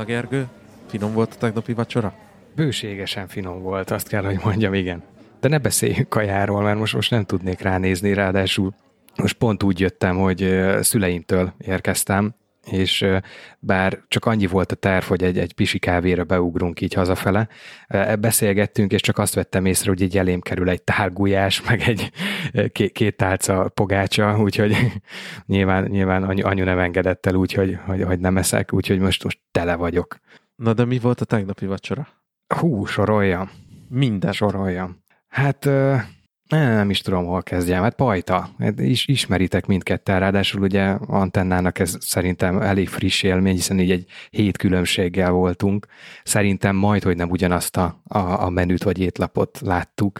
Na Gergő, finom volt a tegnapi vacsora? Bőségesen finom volt, azt kell, hogy mondjam, igen. De ne beszéljünk kajáról, mert most nem tudnék ránézni, ráadásul most pont úgy jöttem, hogy szüleimtől érkeztem, és bár csak annyi volt a terv, hogy egy pisi kávéra beugrunk így hazafele, beszélgettünk, és csak azt vettem észre, hogy így elém kerül egy tál gulyás, meg két tálca pogácsa, úgyhogy nyilván anyu nem engedett el, úgyhogy nem eszek, úgyhogy most tele vagyok. Na de mi volt a tegnapi vacsora? Soroljam. Minden. Soroljam. Hát nem is tudom, hol kezdjem. Hát pajta. Ismeritek mindketten, ráadásul ugye Antennának ez szerintem elég friss élmény, hiszen így egy 7 különbséggel voltunk. Szerintem hogy nem ugyanazt a menüt vagy étlapot láttuk.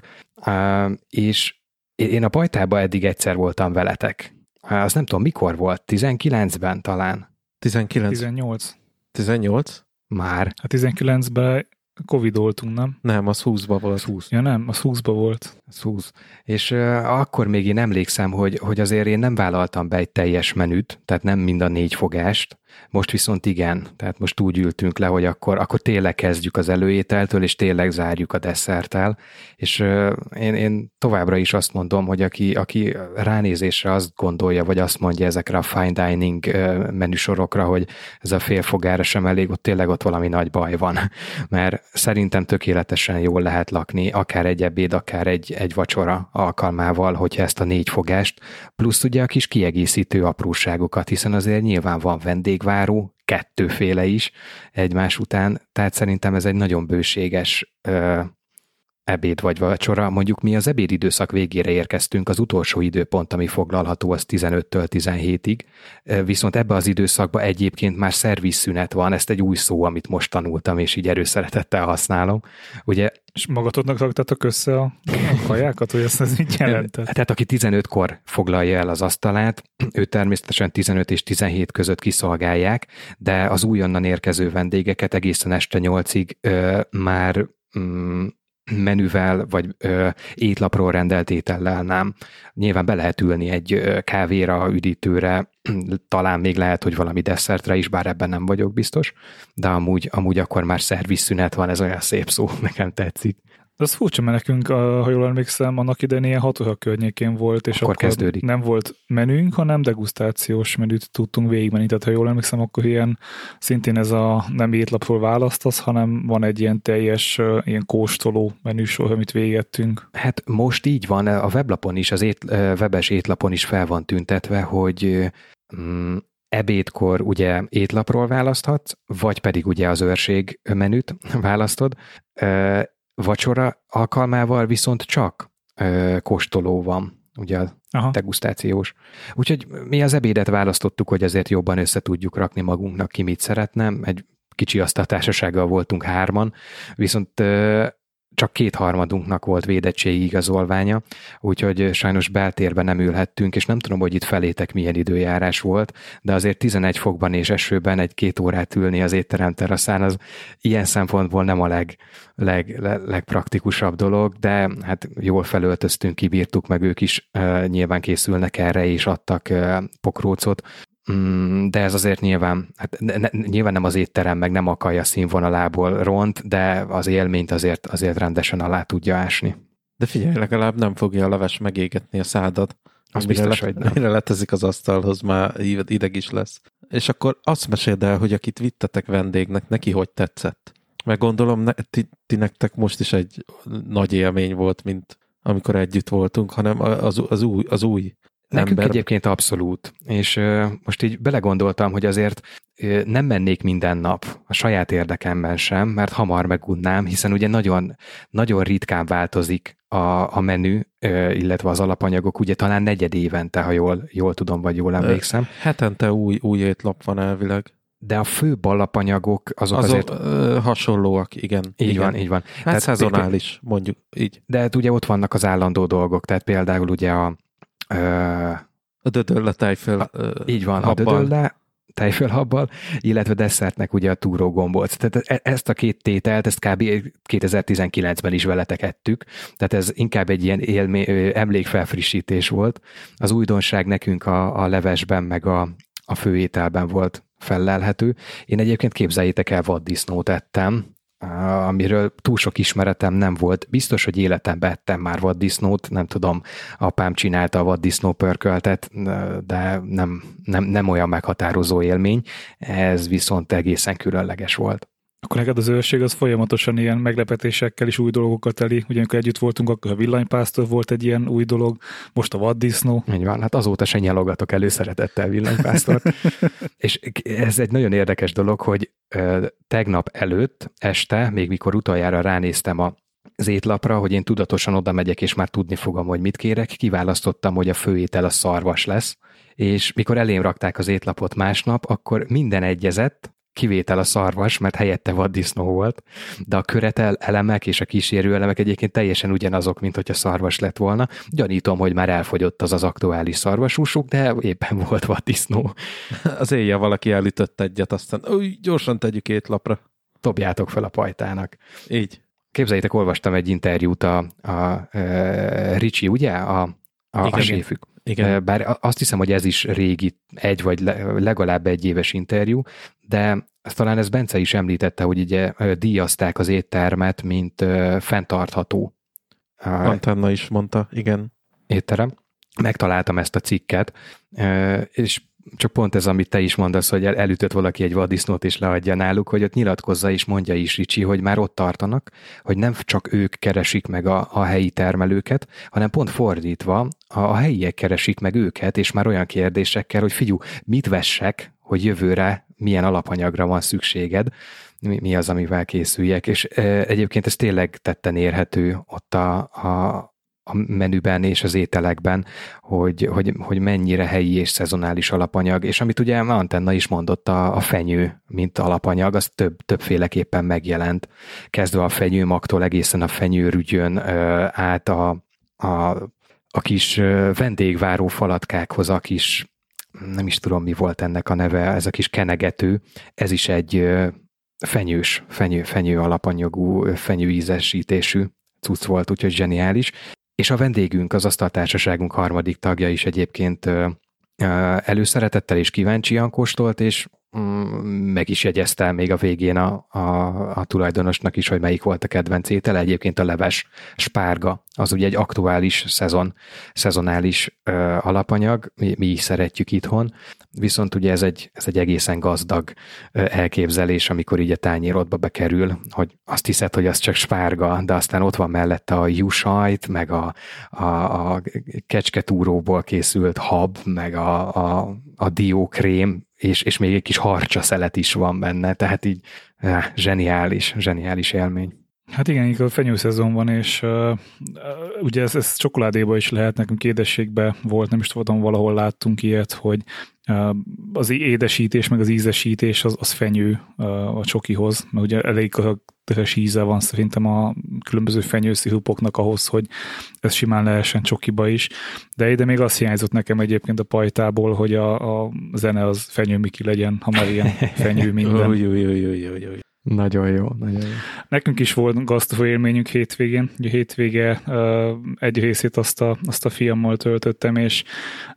És én a pajtában eddig egyszer voltam veletek. Azt nem tudom, mikor volt? 19-ben talán? 18. 18? Már. Hát 19-ben Covid-oltunk, nem? Nem, az 20-ba volt. 20. Ja nem, az 20-ba volt. 20. És akkor még én emlékszem, hogy azért én nem vállaltam be egy teljes menüt, tehát nem mind a 4 fogást. Most viszont igen, tehát most úgy ültünk le, hogy akkor tényleg kezdjük az előételtől, és tényleg zárjuk a desszerttel. És én továbbra is azt mondom, hogy aki ránézésre azt gondolja, vagy azt mondja ezekre a fine dining menüsorokra, hogy ez a fél fogára sem elég, ott valami nagy baj van. Mert szerintem tökéletesen jól lehet lakni, akár egy ebéd, akár egy vacsora alkalmával, hogyha ezt a 4 fogást, plusz ugye a kis kiegészítő apróságokat, hiszen azért nyilván van vendégváró, 2 is egymás után, tehát szerintem ez egy nagyon bőséges ebéd vagy vacsora. Mondjuk mi az ebédidőszak végére érkeztünk, az utolsó időpont, ami foglalható, az 15-től 17-ig, viszont ebbe az időszakban egyébként már szervizszünet van, ezt egy új szó, amit most tanultam, és így erőszeretettel használom. Ugye, és magatodnak raktátok össze a kajákat, hogy ezt ez így jelentett? Tehát aki 15-kor foglalja el az asztalát, ő természetesen 15 és 17 között kiszolgálják, de az újonnan érkező vendégeket egészen este 8-ig már menüvel, vagy étlapról rendelt étellel nem. Nyilván be lehet ülni egy kávéra, üdítőre, talán még lehet, hogy valami desszertre is, bár ebben nem vagyok biztos, de amúgy akkor már szervizszünet van, ez olyan szép szó, nekem tetszik. De az furcsa, mert nekünk, ha jól emlékszem, annak idején ilyen 6 óra környékén volt, és akkor kezdődik. Nem volt menünk, hanem degustációs menüt tudtunk végigmenni. Tehát ha jól emlékszem, akkor ilyen szintén ez a nem étlapról választasz, hanem van egy ilyen teljes, ilyen kóstoló menüsor, amit végettünk. Hát most így van, a weblapon is, az webes étlapon is fel van tüntetve, hogy ebédkor ugye étlapról választhatsz, vagy pedig ugye az őrség menüt választod, vacsora alkalmával viszont csak kóstoló van, ugye a degustációs. Úgyhogy mi az ebédet választottuk, hogy azért jobban össze tudjuk rakni magunknak, ki mit szeretne. Egy kicsi asztaltársasággal voltunk 3-an, viszont csak 2/3 volt védettségi igazolványa, úgyhogy sajnos beltérben nem ülhettünk, és nem tudom, hogy itt felétek milyen időjárás volt, de azért 11 fokban és esőben 1-2 órát ülni az étterem teraszán, az ilyen szempontból nem a legpraktikusabb dolog, de hát jól felöltöztünk, kibírtuk, meg ők is nyilván készülnek erre, és adtak pokrócot. De ez azért nyilván nem az étterem, meg nem a kaja színvonalából ront, de az élményt azért rendesen alá tudja ásni. De figyelj, legalább nem fogja a leves megégetni a szádat. Az biztos, hogy nem. Mire letezik az asztalhoz, már ideg is lesz. És akkor azt meséld el, hogy akit vittetek vendégnek, neki hogy tetszett? Meg gondolom, nektek most is egy nagy élmény volt, mint amikor együtt voltunk, hanem az új Nekünk ember. Egyébként abszolút, és most így belegondoltam, hogy azért nem mennék minden nap a saját érdekemben sem, mert hamar megunnám, hiszen ugye nagyon, nagyon ritkán változik a menü, illetve az alapanyagok, ugye talán 4 évente, ha jól tudom, vagy jól emlékszem. Hetente új étlap van elvileg. De a főbb alapanyagok azok azért hasonlóak, igen. Így van. Hát tehát szezonális, mondjuk így. De hát ugye ott vannak az állandó dolgok, tehát például ugye a dödölle tejföl így van, a dödölle tejfölhabbal, illetve desszertnek ugye a túró gombóc. Tehát ezt a 2 tételt, ezt kb. 2019-ben is veletek ettük, tehát ez inkább egy ilyen emlékfelfrissítés volt. Az újdonság nekünk a levesben, meg a főételben volt fellelhető. Én egyébként képzeljétek el, vaddisznót ettem, amiről túl sok ismeretem nem volt. Biztos, hogy életemben ettem már vaddisznót, nem tudom, apám csinálta a vaddisznó pörköltet, de nem olyan meghatározó élmény, ez viszont egészen különleges volt. Akkor neked az őrség az folyamatosan ilyen meglepetésekkel és új dolgokat teli. Ugye, amikor együtt voltunk, akkor a villanypásztor volt egy ilyen új dolog, most a vaddisznó. Így van, hát azóta se nyalogatok előszeretettel villanypásztort. És ez egy nagyon érdekes dolog, hogy tegnap előtt este, még mikor utoljára ránéztem az étlapra, hogy én tudatosan oda megyek, és már tudni fogom, hogy mit kérek, kiválasztottam, hogy a főétel a szarvas lesz, és mikor elém rakták az étlapot másnap, akkor minden egyezett, kivétel a szarvas, mert helyette vaddisznó volt, de a köretel elemek és a kísérő elemek egyébként teljesen ugyanazok, mint hogyha szarvas lett volna. Gyanítom, hogy már elfogyott az aktuális szarvasúsuk, de éppen volt vaddisznó. Az éjjel valaki elütött egyet, aztán gyorsan tegyük étlapra. Dobjátok fel a pajtának. Így. Képzeljétek, olvastam egy interjút a Ricsi, ugye? A séfük. Igen. Bár azt hiszem, hogy ez is régi, vagy legalább egy éves interjú, de talán ez Bence is említette, hogy ugye díjazták az éttermet, mint fenntartható. Antenna is mondta, igen. Étterem. Megtaláltam ezt a cikket, és csak pont ez, amit te is mondasz, hogy elütött valaki egy vaddisznót és leadja náluk, hogy ott nyilatkozza és mondja is Ricsi, hogy már ott tartanak, hogy nem csak ők keresik meg a helyi termelőket, hanem pont fordítva, a helyiek keresik meg őket, és már olyan kérdésekkel, hogy figyelj, mit vessek, hogy jövőre milyen alapanyagra van szükséged, mi az, amivel készüljek, és egyébként ez tényleg tetten érhető ott a menüben és az ételekben, hogy mennyire helyi és szezonális alapanyag, és amit ugye Antenna is mondott, a fenyő, mint alapanyag, az többféleképpen megjelent, kezdve a fenyőmagtól egészen a fenyőrügyön át a kis vendégváró falatkákhoz, a kis, nem is tudom, mi volt ennek a neve, ez a kis kenegető, ez is egy fenyő alapanyagú, fenyőízesítésű cucc volt, úgyhogy zseniális. És a vendégünk, az asztaltársaságunk harmadik tagja is egyébként előszeretettel és kíváncsian kóstolt, és meg is jegyezte még a végén a tulajdonosnak is, hogy melyik volt a kedvenc étele. Egyébként a leves spárga, az ugye egy aktuális szezonális alapanyag, mi is szeretjük itthon, viszont ugye ez egy egészen gazdag elképzelés, amikor így a tányérodba bekerül, hogy azt hiszed, hogy az csak spárga, de aztán ott van mellette a juhsajt, meg a kecsketúróból készült hab, meg a diókrém, és még egy kis harcsaszelet is van benne, tehát így zseniális élmény. Hát igen, így a fenyőszezon van, és ugye ez csokoládéba is lehet, nekünk édességbe volt, nem is tudom, valahol láttunk ilyet, hogy az édesítés, meg az ízesítés az fenyő a csokihoz, mert ugye elég közös íze van szerintem a különböző fenyőszirupoknak ahhoz, hogy ez simán lehessen csokiba is, de ide még azt hiányzott nekem egyébként a pajtából, hogy a zene az Fenyő Miki legyen, ha már ilyen fenyő minden. Nagyon jó. Nekünk is volt gasztró élményünk hétvégén. Ugye hétvége egy részét azt a fiammal töltöttem, és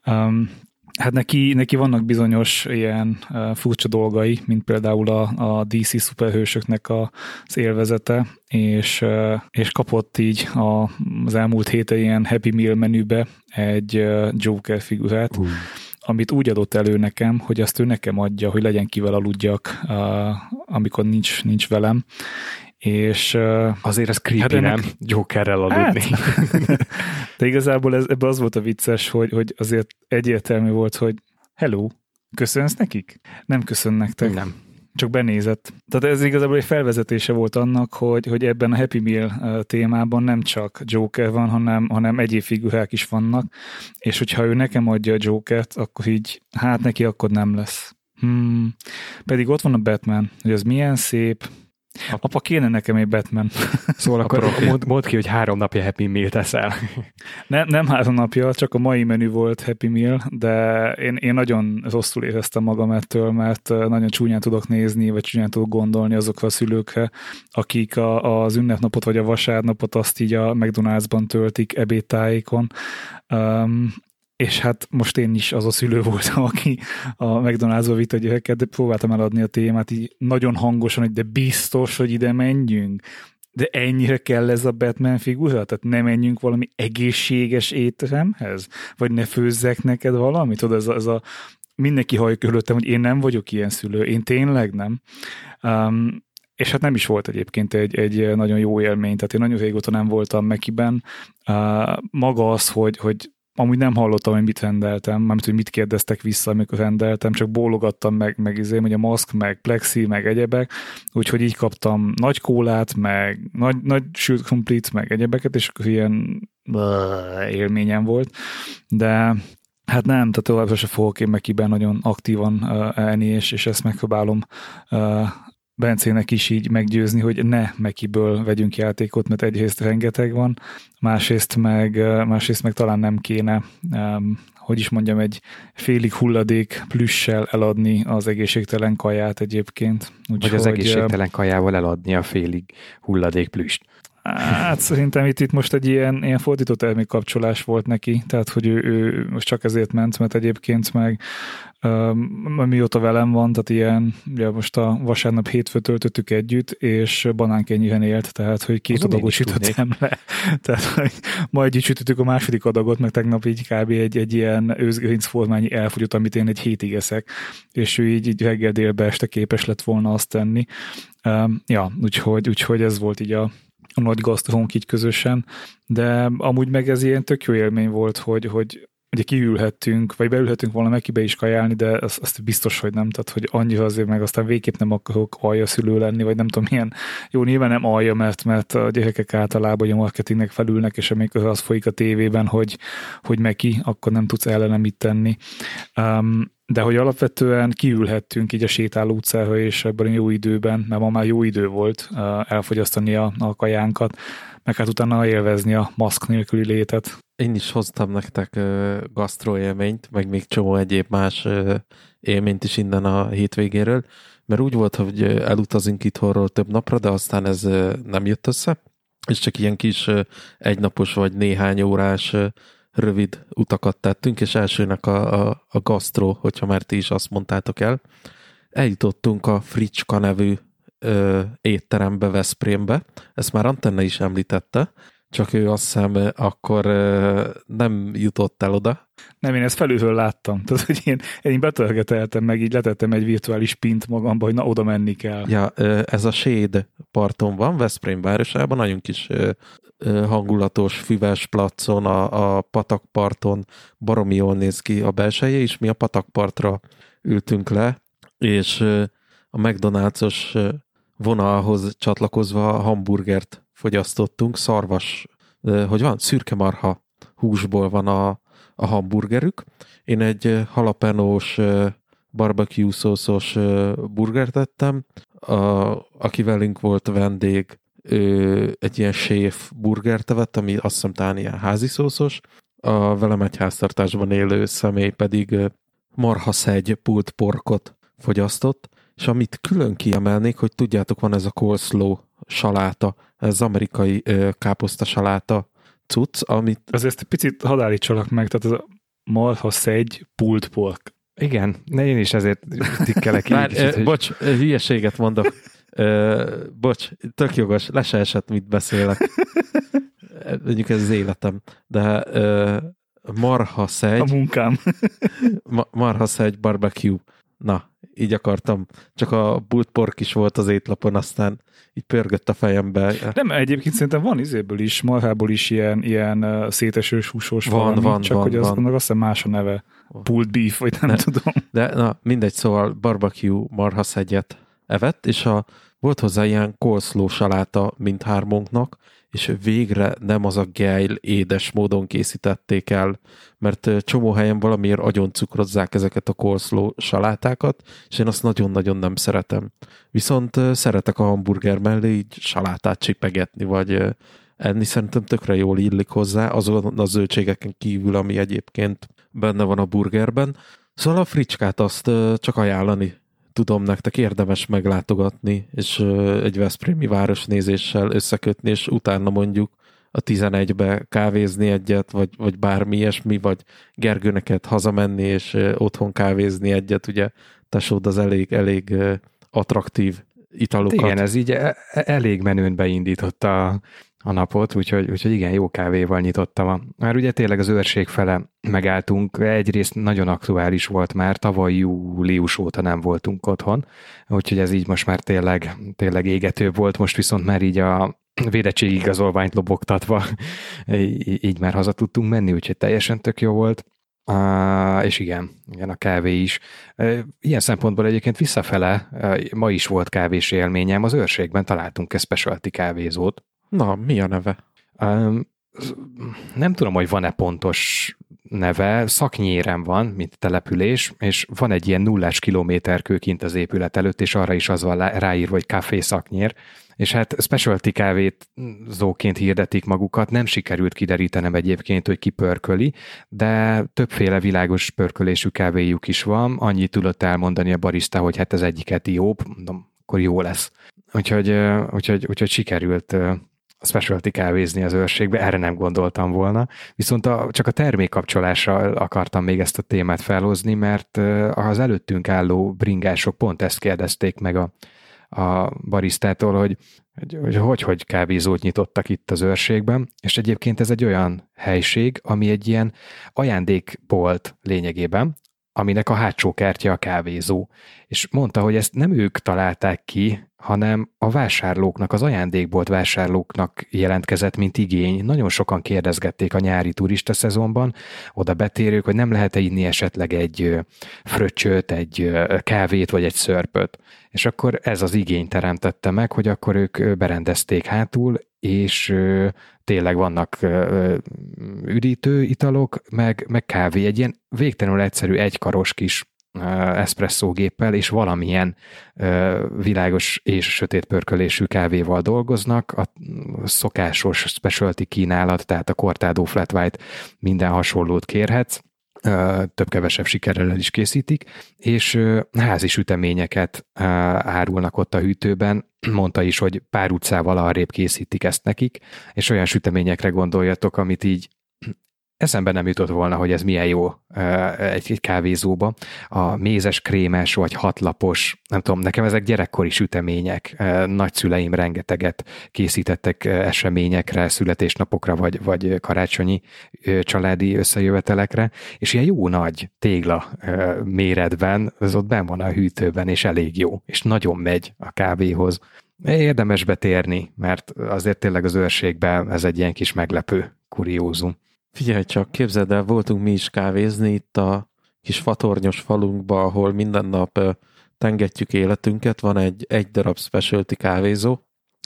hát neki vannak bizonyos ilyen furcsa dolgai, mint például a DC szuperhősöknek az élvezete, és kapott így az elmúlt héten ilyen Happy Meal menübe egy Joker figurát, amit úgy adott elő nekem, hogy azt ő nekem adja, hogy legyen kivel aludjak, amikor nincs velem. És azért ez creepy, hát nem? Jokerrel aludni. Hát, de igazából ebben az volt a vicces, hogy azért egyértelmű volt, hogy hello, köszönsz nekik? Nem köszön nektek. Nem. Csak benézett. Tehát ez igazából egy felvezetése volt annak, hogy ebben a Happy Meal témában nem csak Joker van, hanem egyéb figurák is vannak, és hogyha ő nekem adja a Jokert, akkor így, hát neki akkor nem lesz. Pedig ott van a Batman, hogy az milyen szép. Apa, kéne nekem egy Batman. Szóval akkor mondd ki, hogy 3 napja Happy Meal teszel. Nem 3 napja, csak a mai menü volt Happy Meal, de én nagyon rosszul éreztem magam ettől, mert nagyon csúnyán tudok nézni, vagy csúnyán tudok gondolni azokra a szülőkre, akik az ünnepnapot vagy a vasárnapot azt így a McDonald'sban töltik ebédtájékon. és hát most én is az a szülő voltam, aki a McDonald's-ba vitt a gyerekeket, de próbáltam eladni a témát így nagyon hangosan, hogy de biztos, hogy ide menjünk. De ennyire kell ez a Batman figura? Tehát ne menjünk valami egészséges étteremhez? Vagy ne főzzek neked valamit? Tudod, ez a mindenki hallja körülöttem, hogy én nem vagyok ilyen szülő. Én tényleg nem. És hát nem is volt egyébként egy nagyon jó élmény. Tehát én nagyon régóta nem voltam Mekiben. Maga az, hogy amúgy nem hallottam, hogy mit rendeltem, mármint, hogy mit kérdeztek vissza, amikor rendeltem, csak bólogattam meg hogy a maszk, meg plexi, meg egyebek, úgyhogy így kaptam nagy kólát, meg nagy sült krumplit, meg egyebeket, és akkor ilyen élményem volt, de hát nem, tehát továbbra se fogok én Mekiben nagyon aktívan elni, és ezt megpróbálom Bencének is így meggyőzni, hogy ne Mekiből vegyünk játékot, mert egyrészt rengeteg van, másrészt meg talán nem kéne, hogy is mondjam, egy félig hulladék plüssel eladni az egészségtelen kaját egyébként. Vagy az egészségtelen kajával eladni a félig hulladék plüst. Hát szerintem itt most egy ilyen fordított elmékapcsolás volt neki, tehát hogy ő most csak ezért ment, mert egyébként meg mióta velem van, tehát ilyen, ugye most a vasárnap hétfőt töltöttük együtt, és banánkenyhiben élt, tehát hogy 2 adagot sütöttem le. Tehát hogy ma együtt sütöttük a második adagot, meg tegnap így kb. egy ilyen őzgerinc formányi elfogyott, amit én egy hétig eszek, és ő így reggel délbe este képes lett volna azt tenni. Úgyhogy ez volt így a nagy gasztrónk így közösen, de amúgy meg ez ilyen tök jó élmény volt, hogy ugye kiülhettünk, vagy beülhetünk volna Mekibe is kajálni, de azt biztos, hogy nem, tehát hogy annyira azért meg aztán végképp nem akarok alja szülő lenni, vagy nem tudom milyen, jó, nyilván nem alja, mert a gyerekek általában a marketingnek felülnek, és amikor az folyik a tévében, hogy Meki, akkor nem tudsz ellene mit tenni. De hogy alapvetően kiülhettünk így a sétáló utcára, és ebben a jó időben, mert ma már jó idő volt elfogyasztani a kajánkat, meg hát utána élvezni a maszk nélküli létet. Én is hoztam nektek gasztroélményt, meg még csomó egyéb más élményt is innen a hétvégéről, mert úgy volt, hogy elutazunk itthonról több napra, de aztán ez nem jött össze, és csak ilyen kis egynapos vagy néhány órás rövid utakat tettünk, és elsőnek a gasztro, hogyha már ti is azt mondtátok el. Eljutottunk a Fricska nevű étterembe, Veszprémbe. Ezt már Antenna is említette, csak ő azt hiszem akkor nem jutott el oda. Nem, én ezt felülről láttam. Tehát, hogy én betörgeteltem meg, így letettem egy virtuális pint magamba, hogy na, oda menni kell. Ja, ez a Séd parton van, Veszprém városában, nagyon kis hangulatos, füves placon, a patakparton baromi jól néz ki a belseje, és mi a patakpartra ültünk le, és a McDonald's-os vonalhoz csatlakozva hamburgert fogyasztottunk, szarvas, hogy van, szürkemarha húsból van a hamburgerük. Én egy jalapenós barbecue szószos burgert tettem, aki velünk volt vendég, egy ilyen séf burgert evett, ami azt hiszem talán ilyen házi szószos, a velem egy háztartásban élő személy pedig marhaszegy pult porkot fogyasztott, és amit külön kiemelnék, hogy tudjátok, van ez a coleslaw saláta, ez amerikai káposzta saláta cucc, amit... Azért egy picit hadd állítsalak meg, tehát ez a marhaszegy pult pork. Igen, én is ezért tikkelek így. Bocs, hülyeséget mondok. Bocs, tök jogos, le se esett, mit beszélek. Mondjuk ez az életem. De marhaszegy... A munkám. Marhaszegy barbecue. Na, így akartam. Csak a pulled pork is volt az étlapon, aztán így pörgött a fejembe. Nem, egyébként szerintem van izéből is, marhából is ilyen szétesős húsos van, csak hogy az, annak azt hiszem más a neve. Pulled beef, vagy nem tudom. De na, mindegy, szóval barbecue marhaszegyet evett, és volt hozzá ilyen coleslaw saláta mindhármunknak, és végre nem az a gejl édes módon készítették el, mert csomó helyen valamiért agyon cukrozzák ezeket a coleslaw salátákat, és én azt nagyon-nagyon nem szeretem. Viszont szeretek a hamburger mellé így salátát csipegetni, vagy enni, szerintem tökre jól illik hozzá, azon a zöldségeken kívül, ami egyébként benne van a burgerben. Szóval a fricskát azt csak ajánlani tudom nektek, érdemes meglátogatni, és egy veszprémi városnézéssel összekötni, és utána mondjuk a 11-be kávézni egyet, vagy bármi ilyesmi, vagy Gergőneket hazamenni, és otthon kávézni egyet, ugye tesód az elég attraktív italokat. Igen, ez így elég menőn beindította a napot, úgyhogy igen, jó kávéval nyitottam. Már ugye tényleg az őrség fele megálltunk, egyrészt nagyon aktuális volt már, tavaly július óta nem voltunk otthon, úgyhogy ez így most már tényleg égető volt, most viszont már így a védettségi igazolványt lobogtatva így már haza tudtunk menni, úgyhogy teljesen tök jó volt. És igen, a kávé is. Ilyen szempontból egyébként visszafele ma is volt kávés élményem, az őrségben találtunk egy specialty kávézót. Na, mi a neve? Nem tudom, hogy van-e pontos neve, Szaknyéren van, mint település, és van egy ilyen 0 kilométerkő kint az épület előtt, és arra is az van ráírva, hogy Café Szaknyér, és hát specialty kávézóként hirdetik magukat, nem sikerült kiderítenem egyébként, hogy ki pörköli, de többféle világos pörkölésű kávéjuk is van, annyit tudott elmondani a barista, hogy hát ez egyik etióp, mondom, akkor jó lesz. Úgyhogy sikerült specialty kávézni az őrségbe, erre nem gondoltam volna. Viszont csak a termékkapcsolásra akartam még ezt a témát felhozni, mert az előttünk álló bringások pont ezt kérdezték meg a barisztától, hogy kávézót nyitottak itt az őrségben, és egyébként ez egy olyan helység, ami egy ilyen ajándékbolt lényegében, aminek a hátsó kertje a kávézó. És mondta, hogy ezt nem ők találták ki, hanem a vásárlóknak, az ajándékbolt vásárlóknak jelentkezett, mint igény. Nagyon sokan kérdezgették a nyári turista szezonban, oda betérők, hogy nem lehet-e inni esetleg egy fröccsöt, egy kávét vagy egy szörpöt. És akkor ez az igény teremtette meg, hogy akkor ők berendezték hátul, és tényleg vannak üdítő italok, meg kávé. Egy ilyen végtelenül egyszerű egykaros kis eszpresszógéppel és valamilyen világos és sötét pörkölésű kávéval dolgoznak. A szokásos specialty kínálat, tehát a Cortado Flat White, minden hasonlót kérhetsz, több-kevesebb sikerrel el is készítik, és házi süteményeket árulnak ott a hűtőben. Mondta is, hogy pár utcával arrébb készítik ezt nekik, és olyan süteményekre gondoljatok, amit így eszembe nem jutott volna, hogy ez milyen jó egy kávézóba. A mézes krémes vagy hatlapos, nem tudom, nekem ezek gyerekkori sütemények. Nagyszüleim rengeteget készítettek eseményekre, születésnapokra vagy karácsonyi családi összejövetelekre, és ilyen jó nagy tégla méretben, az ott benn van a hűtőben, és elég jó, és nagyon megy a kávéhoz. Érdemes betérni, mert azért tényleg az őrségben ez egy ilyen kis meglepő kuriózum. Figyelj csak, képzeld el, voltunk mi is kávézni itt a kis fatornyos falunkba, ahol minden nap tengetjük életünket, van egy darab specialty kávézó,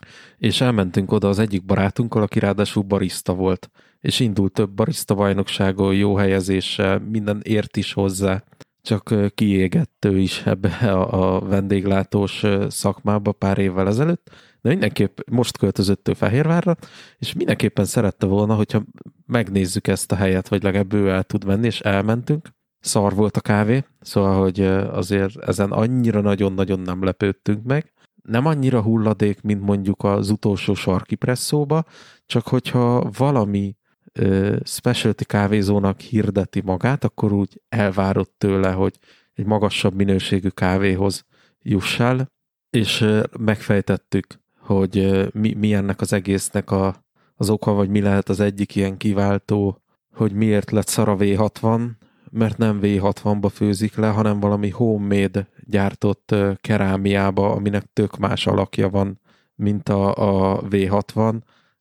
és elmentünk oda az egyik barátunkkal, aki ráadásul barista volt, és indult több barista bajnokságon, jó helyezéssel, minden ért is hozzá, csak kiégett ő is ebbe a vendéglátós szakmába pár évvel ezelőtt, de mindenképp most költözött ő Fehérvárra, és mindenképpen szerette volna, hogyha megnézzük ezt a helyet, vagy legalább ő el tud menni, és elmentünk. Szar volt a kávé, szóval, hogy azért ezen annyira nagyon-nagyon nem lepődtünk meg. Nem annyira hulladék, mint mondjuk az utolsó sarki presszóba, csak hogyha valami specialty kávézónak hirdeti magát, akkor úgy elvárott tőle, hogy egy magasabb minőségű kávéhoz jussál, és megfejtettük, hogy mi ennek az egésznek az oka, vagy mi lehet az egyik ilyen kiváltó, hogy miért lett szar a V60, mert nem V60-ba főzik le, hanem valami homemade gyártott kerámiába, aminek tök más alakja van, mint a V60.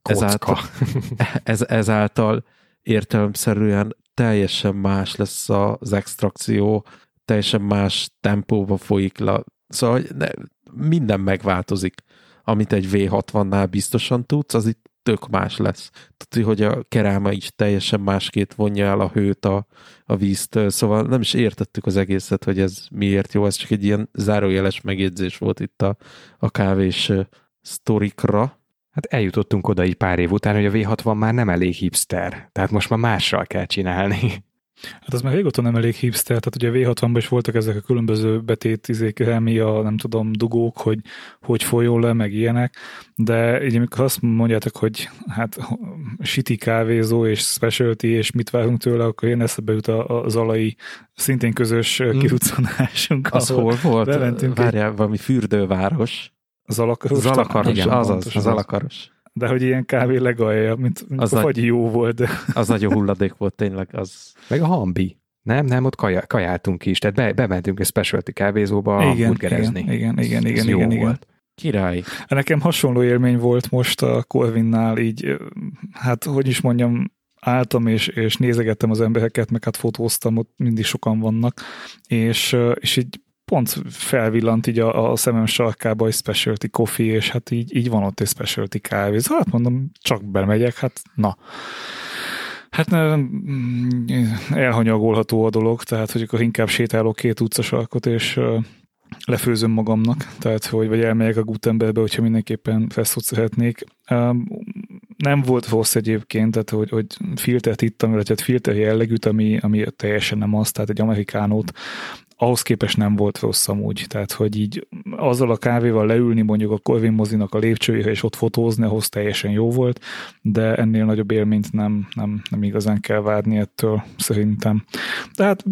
Ezáltal értelemszerűen teljesen más lesz az extrakció, teljesen más tempóba folyik le. Szóval minden megváltozik. Amit egy V60-nál biztosan tudsz, az itt tök más lesz. Tudod, hogy a keráma is teljesen másként vonja el a hőt a víztől, szóval nem is értettük az egészet, hogy ez miért jó, ez csak egy ilyen zárójeles megjegyzés volt itt a kávés sztorikra. Hát eljutottunk oda így pár év után, hogy a V60 már nem elég hipster, tehát most már mással kell csinálni. Hát az már régóta nem elég hipster, tehát ugye a V60-ban is voltak ezek a különböző betét nem tudom, dugók, hogy folyjon le, meg ilyenek, de így amikor azt mondjátok, hogy hát shitty kávézó és specialty, és mit várunk tőle, akkor én eszembe jut a Zalai szintén közös kiruccanásunk. Az hol volt? Várjál, valami fürdőváros. Zalakaros. Azaz, Zalakaros. De hogy ilyen kávé legalja, mint a fagyi jó volt. De... Az nagyon hulladék volt tényleg. Az... Meg a Hambi. Nem, ott kajáltunk is, tehát bementünk egy specialty kávézóba burgerezni. Igen. Király. Nekem hasonló élmény volt most a Corvinnál, így, hát hogy is mondjam, álltam és nézegettem az embereket, meg hát fotóztam, ott mindig sokan vannak, és így pont felvillant így a szemem sarkába egy specialty coffee, és hát így van ott egy specialty kávé. Hát mondom, csak bemegyek, hát na. Hát elhanyagolható a dolog, tehát hogy akkor inkább sétálok 2 utcasarkot, és lefőzöm magamnak, tehát vagy elmegyek a Gutenbergbe, hogyha mindenképpen feszót szeretnék. Nem volt rossz egyébként, tehát hogy filtert ittam, illetve filter jellegűt, ami teljesen nem az, tehát egy amerikánót, ahhoz képest nem volt rossz amúgy, tehát hogy így azzal a kávéval leülni mondjuk a Corvin mozinak a lépcsőjére és ott fotózni, ahhoz teljesen jó volt, de ennél nagyobb élményt nem igazán kell várni ettől szerintem. Tehát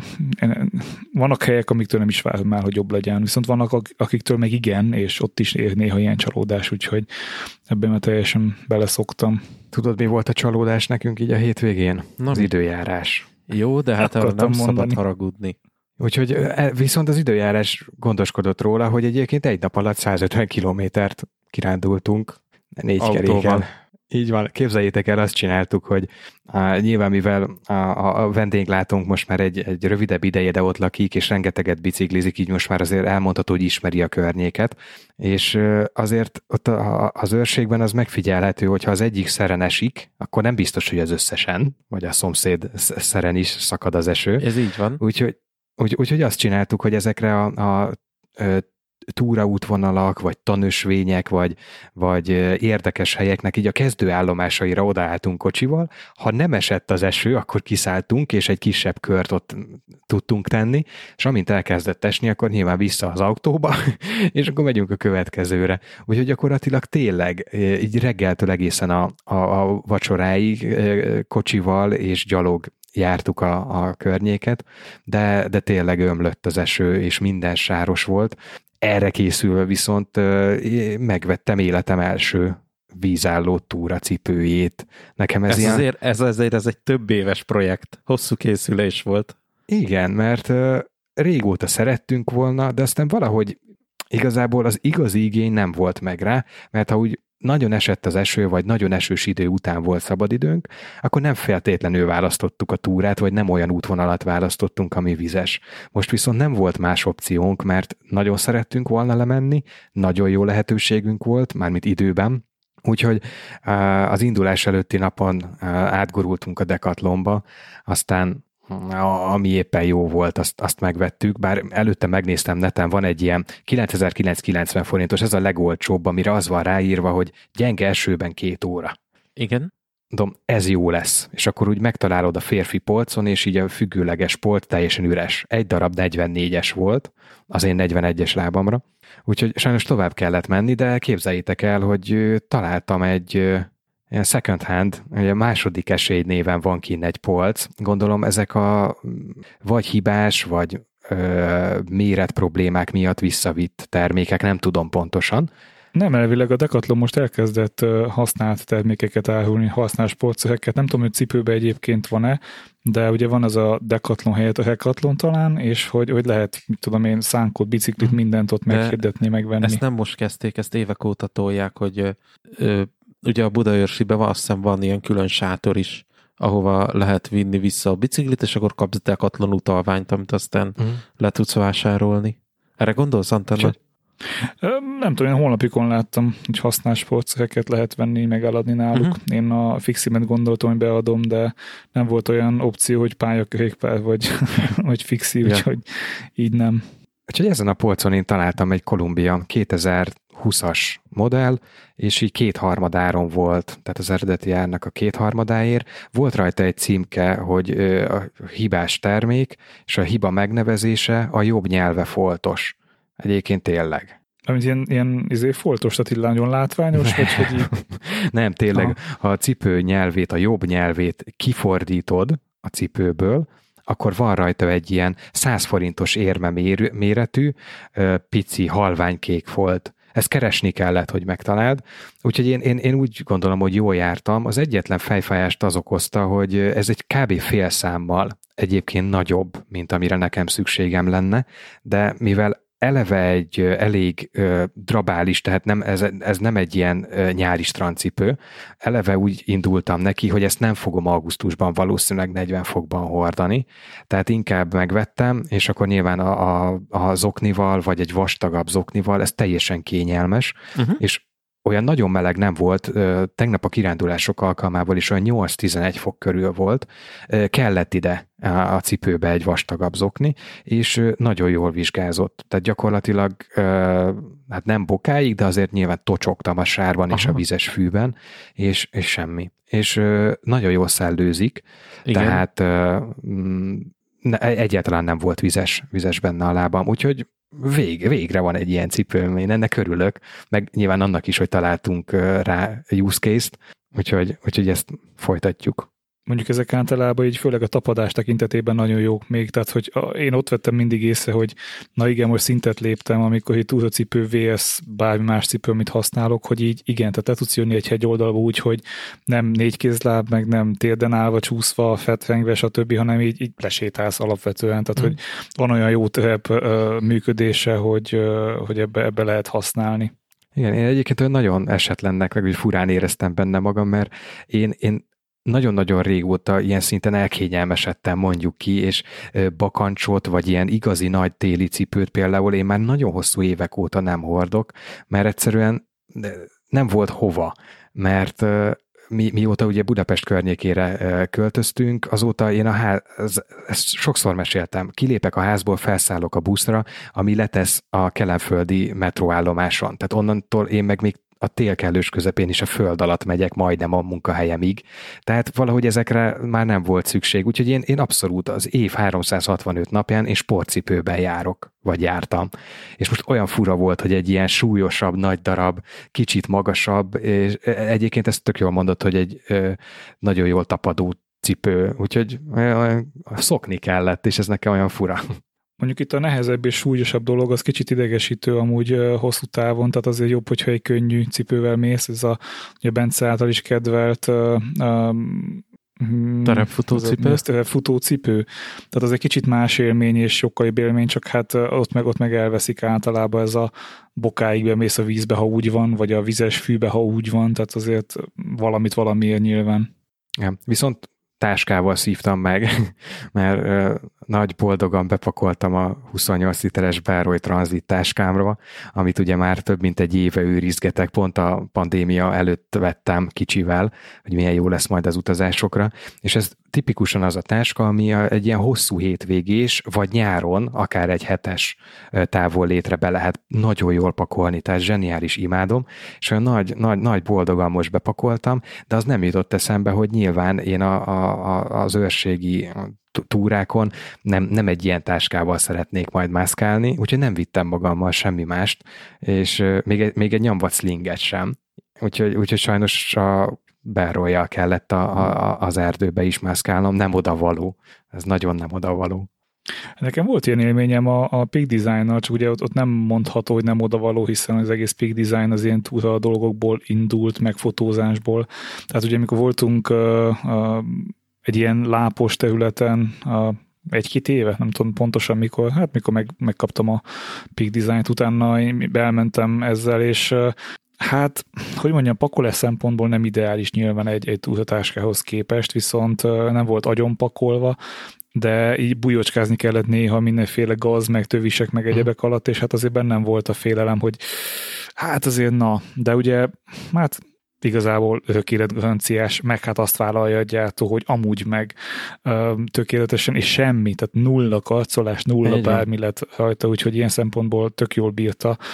vannak helyek, amiktől nem is várom el, hogy jobb legyen, viszont vannak, akiktől meg igen, és ott is ér néha ilyen csalódás, úgyhogy ebben már teljesen beleszoktam. Tudod, mi volt a csalódás nekünk így a hétvégén? Az időjárás. Jó, de hát arra nem szabad haragudni. Úgyhogy viszont az időjárás gondoskodott róla, hogy egyébként egy nap alatt 150 kilométert kirándultunk 4 keréken. Így van, képzeljétek el, azt csináltuk, hogy nyilván mivel a vendéglátónk most már egy rövidebb ideje, de ott lakik, és rengeteget biciklizik, így most már azért elmondható, hogy ismeri a környéket, és azért ott az őrségben az megfigyelhető, hogyha az egyik szeren esik, akkor nem biztos, hogy az összesen, vagy a szomszéd szeren is szakad az eső. Ez így van. Úgyhogy azt csináltuk, hogy ezekre a túraútvonalak, vagy tanösvények, vagy érdekes helyeknek így a kezdőállomásaira odaálltunk kocsival. Ha nem esett az eső, akkor kiszálltunk, és egy kisebb kört ott tudtunk tenni, és amint elkezdett esni, akkor nyilván vissza az autóba, és akkor megyünk a következőre. Úgyhogy gyakorlatilag tényleg így reggeltől egészen a vacsoráig kocsival és gyalog jártuk a környéket, de tényleg ömlött az eső, és minden sáros volt. Erre készülve viszont megvettem életem első vízálló túracipőjét. Nekem ez ilyen... Azért ez egy több éves projekt. Hosszú készülés volt. Igen, mert régóta szerettünk volna, de aztán valahogy igazából az igazi igény nem volt meg rá, mert ha úgy nagyon esett az eső, vagy nagyon esős idő után volt szabadidőnk, akkor nem feltétlenül választottuk a túrát, vagy nem olyan útvonalat választottunk, ami vizes. Most viszont nem volt más opciónk, mert nagyon szerettünk volna lemenni, nagyon jó lehetőségünk volt, mármint időben, úgyhogy az indulás előtti napon átgurultunk a Decathlonba, aztán ami éppen jó volt, azt megvettük, bár előtte megnéztem neten, van egy ilyen 9990 forintos, ez a legolcsóbb, amire az van ráírva, hogy gyenge esőben 2 óra. Igen. Mondom, ez jó lesz. És akkor úgy megtalálod a férfi polcon, és így a függőleges polc teljesen üres. Egy darab 44-es volt, az én 41-es lábamra. Úgyhogy sajnos tovább kellett menni, de képzeljétek el, hogy találtam egy ilyen second hand, ugye második esély néven van kint egy polc. Gondolom ezek a vagy hibás, vagy méret problémák miatt visszavitt termékek, nem tudom pontosan. Nem, elvileg a Decathlon most elkezdett használt termékeket árulni, használt sportszereket. Nem tudom, hogy cipőben egyébként van-e, de ugye van az a Decathlon helyett a Hecathlon talán, és hogy lehet, mit tudom én, szánkot, biciklit, mindent ott meghirdetni, megvenni. Ezt nem most kezdték, ezt évek óta tolják, hogy ugye a Budaörsiben van, azt hiszem van ilyen külön sátor is, ahova lehet vinni vissza a biciklit, és akkor kapsz Decathlon utalványt, amit aztán le tudsz vásárolni. Erre gondolsz, Antal? Nem tudom, én honlapikon láttam, hogy használt sportszereket lehet venni, meg eladni náluk. Én a Fiximet gondoltam, hogy beadom, de nem volt olyan opció, hogy pályakerékpár vagy Fixi, úgyhogy így nem. Úgyhogy ezen a polcon én találtam egy Columbia 2020 20-as modell, és így 2/3 áron volt, tehát az eredeti árnak a 2/3-áért. Volt rajta egy címke, hogy a hibás termék, és a hiba megnevezése a jobb nyelve foltos. Egyébként tényleg. Amit ilyen foltos, tehát így nagyon látványos, vagy hogy így... Nem, tényleg, ha a cipő nyelvét, a jobb nyelvét kifordítod a cipőből, akkor van rajta egy ilyen 100 forintos érme méretű, pici, halványkék folt. Ezt keresni kellett, hogy megtaláld. Úgyhogy én úgy gondolom, hogy jól jártam. Az egyetlen fejfájást az okozta, hogy ez egy kb. Fél számmal egyébként nagyobb, mint amire nekem szükségem lenne, de mivel eleve egy elég drabális, tehát ez nem egy ilyen nyári strandcipő. Eleve úgy indultam neki, hogy ezt nem fogom augusztusban valószínűleg 40 fokban hordani, tehát inkább megvettem, és akkor nyilván a zoknival, vagy egy vastagabb zoknival, ez teljesen kényelmes, és olyan nagyon meleg nem volt, tegnap a kirándulások alkalmából is olyan 8-11 fok körül volt, kellett ide a cipőbe egy vastagabb zokni, és nagyon jól vizsgázott. Tehát gyakorlatilag hát nem bokáig, de azért nyilván tocsogtam a sárban és a vizes fűben, és semmi. És nagyon jól szellőzik, igen. Tehát egyáltalán nem volt vizes benne a lábam, úgyhogy végre van egy ilyen cipőm, én ennek örülök, meg nyilván annak is, hogy találtunk rá use case-t, úgyhogy ezt folytatjuk. Mondjuk ezek általában így főleg a tapadás tekintetében nagyon jók még, tehát hogy én ott vettem mindig észre, hogy na igen, most szintet léptem, amikor egy túlzacipő VS bármi más cipő, amit használok, hogy így igen, tehát le tudsz jönni egy hegyoldalba úgy, hogy nem 4 kézláb, meg nem térden állva, csúszva, fetrengve, stb., hanem így lesétálsz alapvetően, tehát hogy van olyan jó terep működése, hogy ebbe lehet használni. Igen, én egyébként olyan nagyon esetlennek, meg úgy furán éreztem benne magam, mert én nagyon-nagyon régóta ilyen szinten elkényelmesedtem, mondjuk ki, és bakancsot, vagy ilyen igazi nagy téli cipőt például én már nagyon hosszú évek óta nem hordok, mert egyszerűen nem volt hova, mert mióta ugye Budapest környékére költöztünk, azóta én ezt sokszor meséltem, kilépek a házból, felszállok a buszra, ami letesz a kelenföldi metróállomáson. Tehát onnantól én meg még a tél kellős közepén is a föld alatt megyek majdnem a munkahelyemig. Tehát valahogy ezekre már nem volt szükség, úgyhogy én abszolút az év 365 napján én sportcipőben járok, vagy jártam. És most olyan fura volt, hogy egy ilyen súlyosabb, nagy darab, kicsit magasabb, és egyébként ezt tök jól mondott, hogy egy nagyon jól tapadó cipő, úgyhogy szokni kellett, és ez nekem olyan fura. Mondjuk itt a nehezebb és súlyosabb dolog, az kicsit idegesítő amúgy hosszú távon, tehát azért jobb, hogyha egy könnyű cipővel mész, ez a Bence által is kedvelt futócipő. Tehát az egy kicsit más élmény és sokkal jobb élmény, csak hát ott meg elveszik általában ez a bokáig bemész a vízbe, ha úgy van, vagy a vizes fűbe, ha úgy van, tehát azért valamiért nyilván. Ja, viszont táskával szívtam meg, mert nagy boldogan bepakoltam a 28 literes Bároly Transit táskámra, amit ugye már több mint egy éve őrizgetek, pont a pandémia előtt vettem kicsivel, hogy milyen jó lesz majd az utazásokra, és ez tipikusan az a táska, ami egy ilyen hosszú hétvégés, vagy nyáron, akár egy hetes távollétre be lehet nagyon jól pakolni, tehát zseniális, imádom, és olyan nagy boldogan most bepakoltam, de az nem jutott eszembe, hogy nyilván én az őrségi túrákon nem egy ilyen táskával szeretnék majd mászkálni, úgyhogy nem vittem magammal semmi mást, és még egy nyomvat slinget sem. Úgyhogy sajnos a Bárolyjal kellett az erdőbe is mászkálnom, nem odavaló. Ez nagyon nem odavaló. Nekem volt ilyen élményem a Peak Design-nal, csak ugye ott nem mondható, hogy nem odavaló, hiszen az egész Peak Design az ilyen túra dolgokból indult, meg fotózásból. Tehát ugye amikor voltunk egy ilyen lápos területen 1-2 éve, nem tudom pontosan mikor, mikor megkaptam a Peak Design-t, utána én elmentem ezzel, és hát, hogy mondjam, pakolás szempontból nem ideális nyilván egy túratáskához képest, viszont nem volt agyon pakolva, de így bujócskázni kellett néha mindenféle gaz, meg tövisek, meg egyebek alatt, és hát azért bennem volt a félelem, hogy hát azért de ugye, hát igazából örökéletgaranciás, meg hát azt vállalja a gyártó, hogy amúgy meg tökéletesen, és semmi, tehát nulla karcolás, nulla bármi lett rajta, úgyhogy ilyen szempontból tök jól bírta.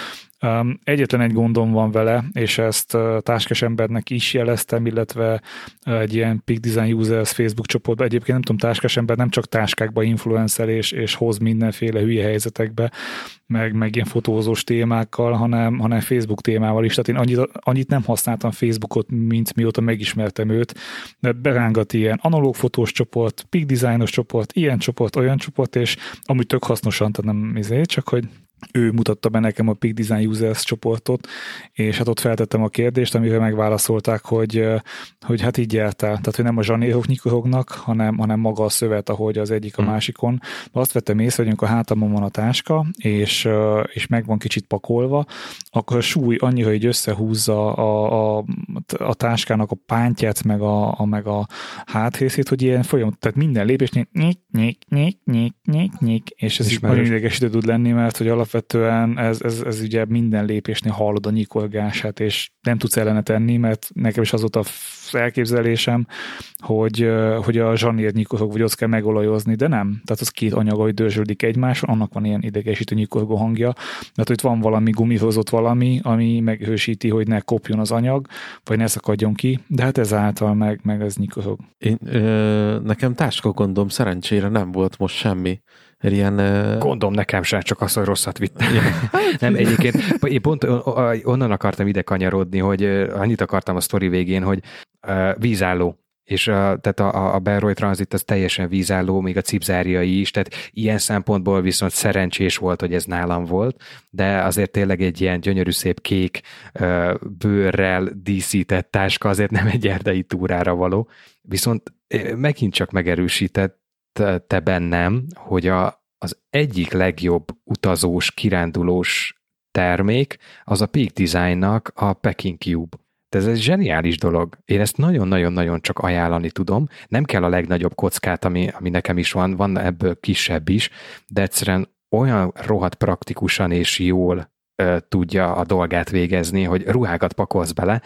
Egyetlen egy gondom van vele, és ezt táskás embernek is jeleztem, illetve egy ilyen Peak Design Users Facebook csoportban. Egyébként nem tudom, táskás ember nem csak táskákba influencer és hoz mindenféle hülye helyzetekbe, meg ilyen fotózós témákkal, hanem Facebook témával is. Tehát én annyit nem használtam Facebookot, mint mióta megismertem őt, de berángat ilyen analóg fotós csoport, Peak Designos csoport, ilyen csoport, olyan csoport, és amúgy tök hasznosan, tehát nem csak hogy ő mutatta be nekem a Peak Design Users csoportot, és hát ott feltettem a kérdést, amire megválaszolták, hogy hát így jártál. Tehát, hogy nem a zsanérok nyikorognak, hanem maga a szövet, ahogy az egyik a másikon. De azt vettem észre, hogy amikor a hátamon van a táska, és meg van kicsit pakolva, akkor a súly annyira így összehúzza a táskának a pántját, meg a hátrészét, hogy ilyen folyamat, tehát minden lépésnél nyik, és ez is nagyon idegesítő tud lenni, mert hogy alapvetően ez ugye minden lépésnél hallod a nyikorgását, és nem tudsz ellene tenni, mert nekem is az volt az elképzelésem, hogy a zsanér nyikorog, vagy azt kell megolajozni, de nem. Tehát az két anyag, hogy dörzsöldik egymáson, annak van ilyen idegesítő nyikorgó hangja, mert itt van valami gumihozott valami, ami meghősíti, hogy ne kopjon az anyag, vagy ne szakadjon ki, de hát ezáltal meg ez nyikorog. Nekem táska gondom szerencsére nem volt most semmi. Ilyen, gondom nekem sem, csak az, hogy rosszat vittem. Nem, egyébként én pont onnan akartam ide kanyarodni, hogy annyit akartam a sztori végén, hogy vízálló. És tehát a Belroy Transit az teljesen vízálló, még a cipzárjai is, tehát ilyen szempontból viszont szerencsés volt, hogy ez nálam volt, de azért tényleg egy ilyen gyönyörű szép kék bőrrel díszített táska azért nem egy erdei túrára való. Viszont megint csak megerősítette bennem, hogy az egyik legjobb utazós, kirándulós termék az a Peak Designnak a Packing Cube. Ez egy zseniális dolog. Én ezt nagyon-nagyon-nagyon csak ajánlani tudom. Nem kell a legnagyobb kockát, ami nekem is van ebből kisebb is, de egyszerűen olyan rohadt praktikusan és jól tudja a dolgát végezni, hogy ruhákat pakolsz bele,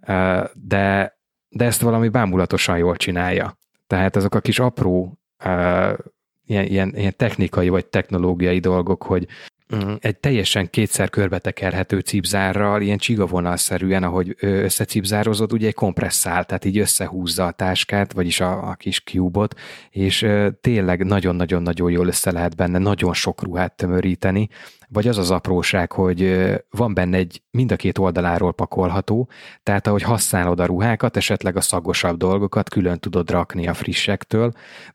de ezt valami bámulatosan jól csinálja. Tehát azok a kis apró ilyen technikai vagy technológiai dolgok, hogy egy teljesen kétszer körbetekerhető cipzárral, ilyen csigavonalszerűen, ahogy összecipzározod, ugye egy kompresszál, tehát így összehúzza a táskát, vagyis a kis cube-ot, és tényleg nagyon-nagyon-nagyon jól össze lehet benne nagyon sok ruhát tömöríteni, vagy az az apróság, hogy van benne mind a két oldaláról pakolható, tehát ahogy használod a ruhákat, esetleg a szagosabb dolgokat külön tudod rakni a frissektől,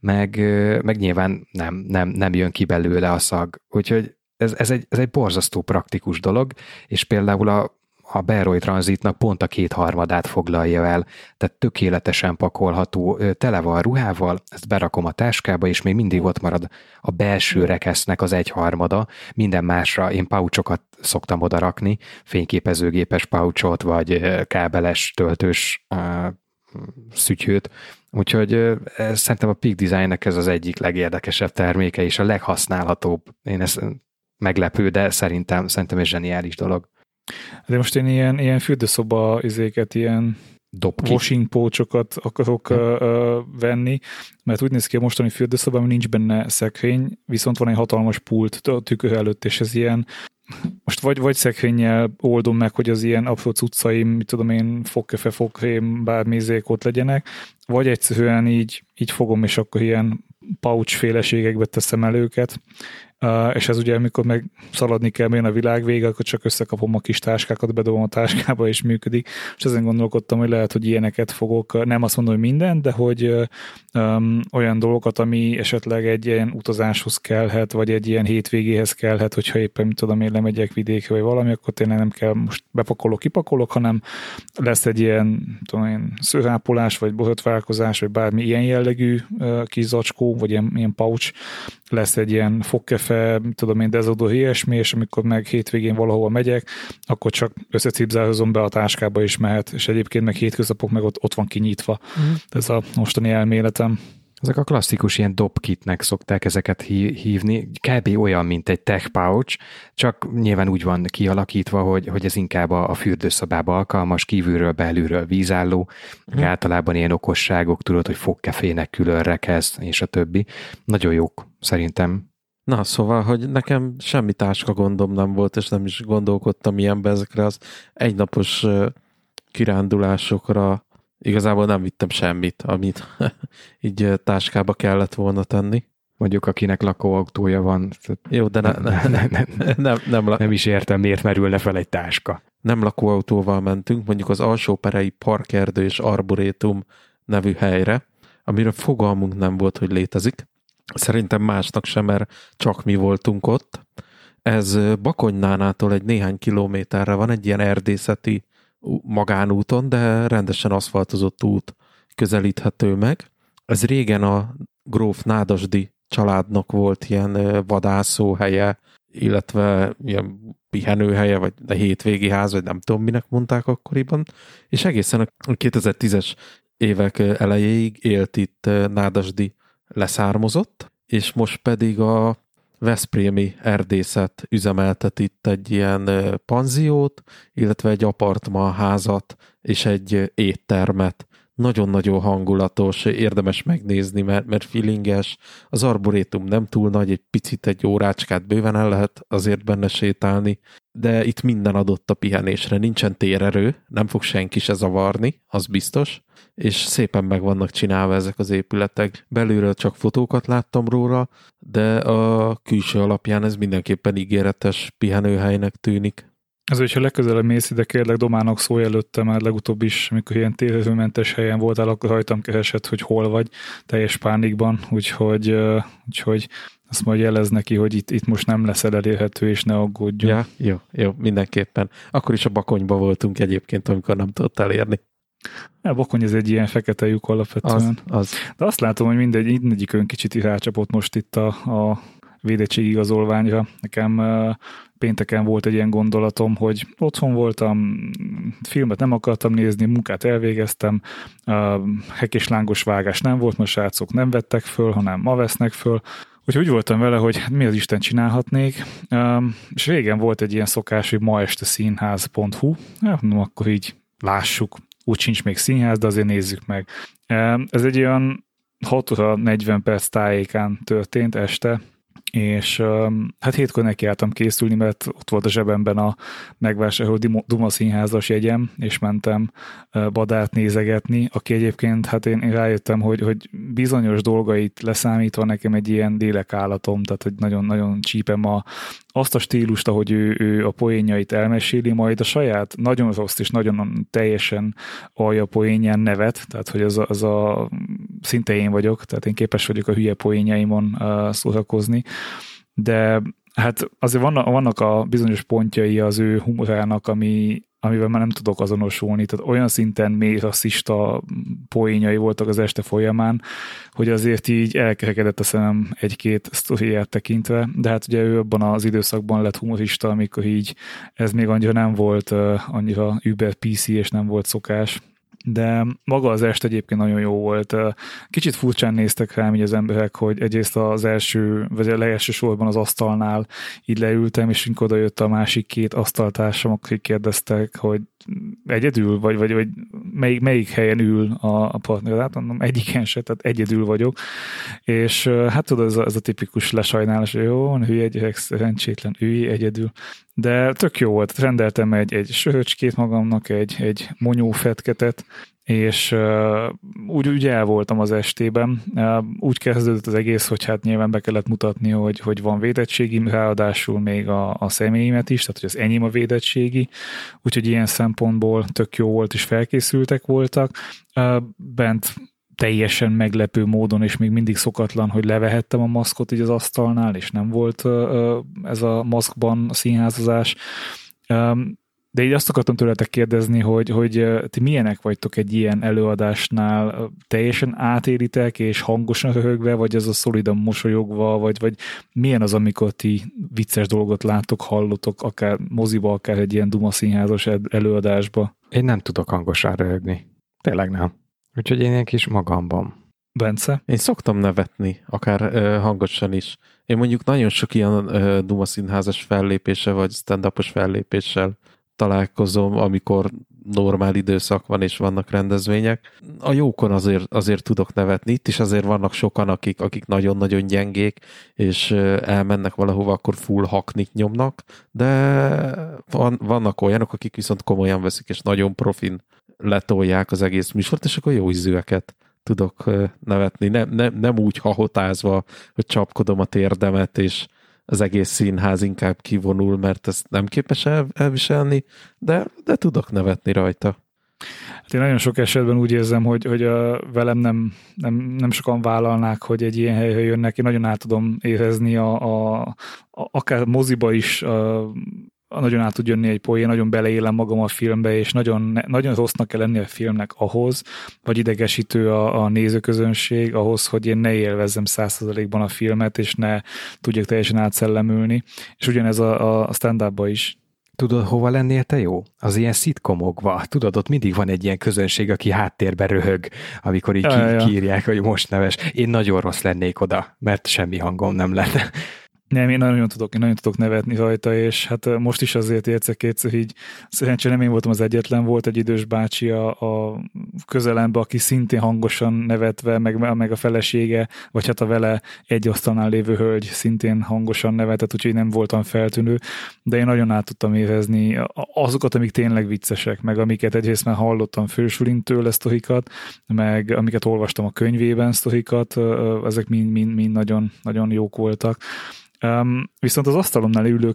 meg nyilván nem jön ki belőle a szag. Úgyhogy ez egy borzasztó praktikus dolog, és például a Belroy Transitnak pont a 2/3 foglalja el, tehát tökéletesen pakolható, tele van ruhával, ezt berakom a táskába, és még mindig ott marad a belső rekesznek az 1/3, minden másra én pouchokat szoktam oda rakni, fényképezőgépes pouchot, vagy kábeles töltős szütyőt, úgyhogy szerintem a Peak Designnek ez az egyik legérdekesebb terméke, és a leghasználhatóbb. Én ezt meglepő, de szerintem egy zseniális dolog. De most én ilyen fürdőszoba ilyen washing pouchokat akarok venni, mert úgy néz ki a mostani fürdőszobában, nincs benne szekrény, viszont van egy hatalmas pult a tükör előtt, és ez ilyen, most vagy szekrénnyel oldom meg, hogy az ilyen apró cuccaim, mit tudom én, fogkefe, fogkrém, bármizék ott legyenek, vagy egyszerűen így fogom, és akkor ilyen pouch féleségekbe teszem el őket, és ez ugye, amikor meg szaladni kell, jön a világ vége, akkor csak összekapom a kis táskákat, bedobom a táskába, és működik. És ezen gondolkodtam, hogy lehet, hogy ilyeneket fogok, nem azt mondom, hogy mindent, de hogy olyan dolgokat, ami esetleg egy ilyen utazáshoz kellhet, vagy egy ilyen hétvégéhez kellhet, hogyha éppen, mit tudom én, lemegyek vidékre, vagy valami, akkor tényleg nem kell most bepakolok, kipakolok, hanem lesz egy ilyen, tudom én, szőrápolás, vagy borotválkozás, vagy bármi ilyen jellegű kis zacskó, vagy ilyen pouch, lesz egy ilyen fogkefe, tudom én, dezodor, ilyesmi, és amikor meg hétvégén valahova megyek, akkor csak összecipzározom be a táskába is mehet, és egyébként meg hétköznapok meg ott van kinyitva. Ez a mostani elméletem. Ezek a klasszikus ilyen dobkitnek szokták ezeket hívni, kb. Olyan, mint egy tech pouch, csak nyilván úgy van kialakítva, hogy ez inkább a fürdőszobába alkalmas, kívülről, belülről vízálló, általában ilyen okosságok, tudod, hogy fogkefének különre kezd, és a többi. Nagyon jók, szerintem. Na, szóval, hogy nekem semmi táska gondom nem volt, és nem is gondolkodtam ilyenbe ezekre az egynapos kirándulásokra. Igazából nem vittem semmit, amit így táskába kellett volna tenni. Mondjuk akinek lakóautója van. Jó, de nem is értem, miért merülne fel egy táska. Nem lakóautóval mentünk, mondjuk az Alsó-Perei Parkerdő és Arborétum nevű helyre, amiről fogalmunk nem volt, hogy létezik. Szerintem másnak sem, mert csak mi voltunk ott. Ez Bakonynánától egy néhány kilométerre van, egy ilyen erdészeti magánúton, de rendesen aszfaltozott út közelíthető meg. Ez régen a gróf Nádasdy családnak volt ilyen vadászóhelye, illetve ilyen pihenőhelye, vagy a hétvégi ház, vagy nem tudom, minek mondták akkoriban, és egészen a 2010-es évek elejéig élt itt Nádasdy leszármazott, és most pedig a veszprémi erdészet üzemeltet itt egy ilyen panziót, illetve egy apartmanházat és egy éttermet. Nagyon-nagyon hangulatos, érdemes megnézni, mert feelinges. Az arborétum nem túl nagy, egy picit, egy órácskát bőven el lehet azért benne sétálni, de itt minden adott a pihenésre. Nincsen térerő, nem fog senki se zavarni, az biztos, és szépen meg vannak csinálva ezek az épületek. Belülről csak fotókat láttam róla, de a külső alapján ez mindenképpen ígéretes pihenőhelynek tűnik. Ez, hogyha legközelebb mész ide, kérlek, Domának szólj előtte, már legutóbb is, amikor ilyen térerőmentes helyen voltál, akkor hajtam keresett, hogy hol vagy, teljes pánikban, úgyhogy azt majd jelez neki, hogy itt most nem leszel elérhető, és ne aggódjon. Ja, jó, mindenképpen. Akkor is a Bakonyba voltunk egyébként, amikor nem tudott elérni. A Bakony ez egy ilyen fekete lyuk alapvetően. Az. De azt látom, hogy mindegyikön kicsit rácsapott most itt a védettségigazolványra. Nekem pénteken volt egy ilyen gondolatom, hogy otthon voltam, filmet nem akartam nézni, munkát elvégeztem, hek és lángos vágás nem volt, most srácok nem vettek föl, hanem ma vesznek föl. Úgyhogy úgy voltam vele, hogy mi az Isten csinálhatnék, és régen volt egy ilyen szokás, hogy ma este színház.hu, akkor így lássuk, úgy sincs még színház, de azért nézzük meg. Ez egy olyan 6 óra 40 perc tájékán történt este, és hát 7-kor nekiálltam készülni, mert ott volt a zsebemben a megvásárolt Duma színházas jegyem, és mentem Badát nézegetni, aki egyébként, hát én rájöttem, hogy bizonyos dolgait leszámítva nekem egy ilyen lélekállatom, tehát hogy nagyon-nagyon csípem azt a stílust, ahogy ő a poénjait elmeséli, majd a saját nagyon rossz és nagyon teljesen alja poénján nevet, tehát hogy az a szinte én vagyok, tehát én képes vagyok a hülye poénjaimon szórakozni, de hát azért vannak a bizonyos pontjai az ő humorának, amivel már nem tudok azonosulni, tehát olyan szinten mély rasszista poénjai voltak az este folyamán, hogy azért így elkerekedett a szemem egy-két sztoriát tekintve, de hát ugye ő abban az időszakban lett humorista, amikor így ez még annyira nem volt annyira über PC és nem volt szokás. De maga az este egyébként nagyon jó volt. Kicsit furcsán néztek rám így az emberek, hogy egyrészt az első, vagy a legelső sorban az asztalnál így leültem, és amikor oda jött a másik 2 asztaltársam, akik kérdeztek, hogy egyedül, vagy melyik helyen ül a partner, hát mondom, egyiken se, tehát egyedül vagyok, és hát tudod, ez a tipikus lesajnálás, hogy jó, hülye gyerek, szerencsétlen, ülj egyedül, de tök jó volt, rendeltem egy söröcskét magamnak, egy monyófetketet, és úgy el voltam az estében. Úgy kezdődött az egész, hogy hát nyilván be kellett mutatni, hogy van védettségim, ráadásul még a személyimet is, tehát hogy az enyém a védettségi, úgyhogy ilyen szempontból tök jó volt, és felkészültek voltak. Bent teljesen meglepő módon, és még mindig szokatlan, hogy levehettem a maszkot így az asztalnál, és nem volt ez a maszkban a színházazás. De így azt akartam tőletek kérdezni, hogy ti milyenek vagytok egy ilyen előadásnál? Teljesen átéritek és hangosan röhögve, vagy ez a szolidan mosolyogva, vagy milyen az, amikor ti vicces dolgot láttok, hallotok, akár moziba, akár egy ilyen Duma színházas előadásba? Én nem tudok hangosan röhögni. Tényleg nem. Úgyhogy én ilyen kis magamban. Bence? Én szoktam nevetni, akár hangosan is. Én mondjuk nagyon sok ilyen Duma színházas fellépése, vagy stand-upos fellépéssel találkozom, amikor normál időszak van, és vannak rendezvények. A jókon azért tudok nevetni. Itt is azért vannak sokan, akik nagyon-nagyon gyengék, és elmennek valahova, akkor full haknik nyomnak, de vannak olyanok, akik viszont komolyan veszik, és nagyon profin letolják az egész műsort, és akkor jó ízűeket tudok nevetni. Nem úgy hahotázva, hogy csapkodom a térdemet, és az egész színház inkább kivonul, mert ezt nem képes elviselni, de tudok nevetni rajta. Hát én nagyon sok esetben úgy érzem, hogy velem nem sokan vállalnák, hogy egy ilyen helyre jönnek. Én nagyon át tudom érezni akár moziba is nagyon át tud jönni egy poén, nagyon beleélem magam a filmbe, és nagyon rossznak kell lenni a filmnek ahhoz, vagy idegesítő a nézőközönség ahhoz, hogy én ne élvezzem 100%-ban a filmet, és ne tudjak teljesen átszellemülni. És ugyanez a stand-upba is. Tudod, hova lennél te jó? Az ilyen szitkomokba. Tudod, ott mindig van egy ilyen közönség, aki háttérbe röhög, amikor így kiírják, hogy most neves. Én nagyon rossz lennék oda, mert semmi hangom nem lenne. Nem, én nagyon tudok nevetni rajta, és hát most is azért egyszer-kétszer így, szerencsére nem én voltam az egyetlen, volt egy idős bácsi a közelembe, aki szintén hangosan nevetve, meg a felesége, vagy hát a vele egy asztalnál lévő hölgy szintén hangosan nevetett, úgyhogy nem voltam feltűnő, de én nagyon át tudtam érezni azokat, amik tényleg viccesek, meg amiket egyrészt már hallottam Fősulintől sztorikat, meg amiket olvastam a könyvében sztorikat, ezek mind nagyon, nagyon jók voltak. Viszont az asztalomnál ülő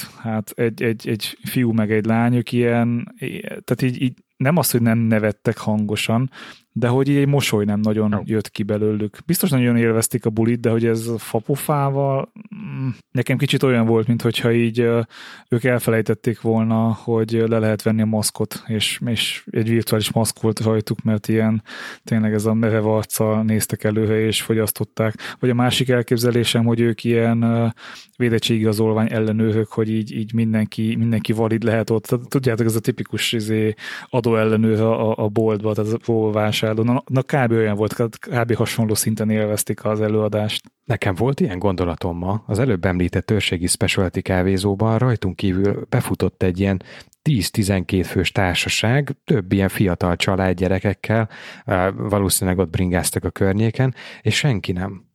egy fiú meg egy lány, ők ilyen, tehát így nem az, hogy nem nevettek hangosan, de hogy így egy mosoly nem nagyon jött ki belőlük. Biztos nagyon élvezték a bulit, de hogy ez fapofával nekem kicsit olyan volt, mintha így ők elfelejtették volna, hogy le lehet venni a maszkot, és egy virtuális maszk volt rajtuk, mert ilyen tényleg ez a merev arccal néztek előre, és fogyasztották. Vagy a másik elképzelésem, hogy ők ilyen védettségigazolvány ellenőrök, hogy így mindenki valid lehet ott. Tudjátok, ez a tipikus adóellenőr a boltba, tehát a vásárló. Na kb. Olyan volt, kb. Hasonló szinten élvezték az előadást. Nekem volt ilyen gondolatom ma. Az előbb említett őrségi specialty kávézóban rajtunk kívül befutott egy ilyen 10-12 fős társaság, több ilyen fiatal család gyerekekkel, valószínűleg ott bringáztak a környéken, és senki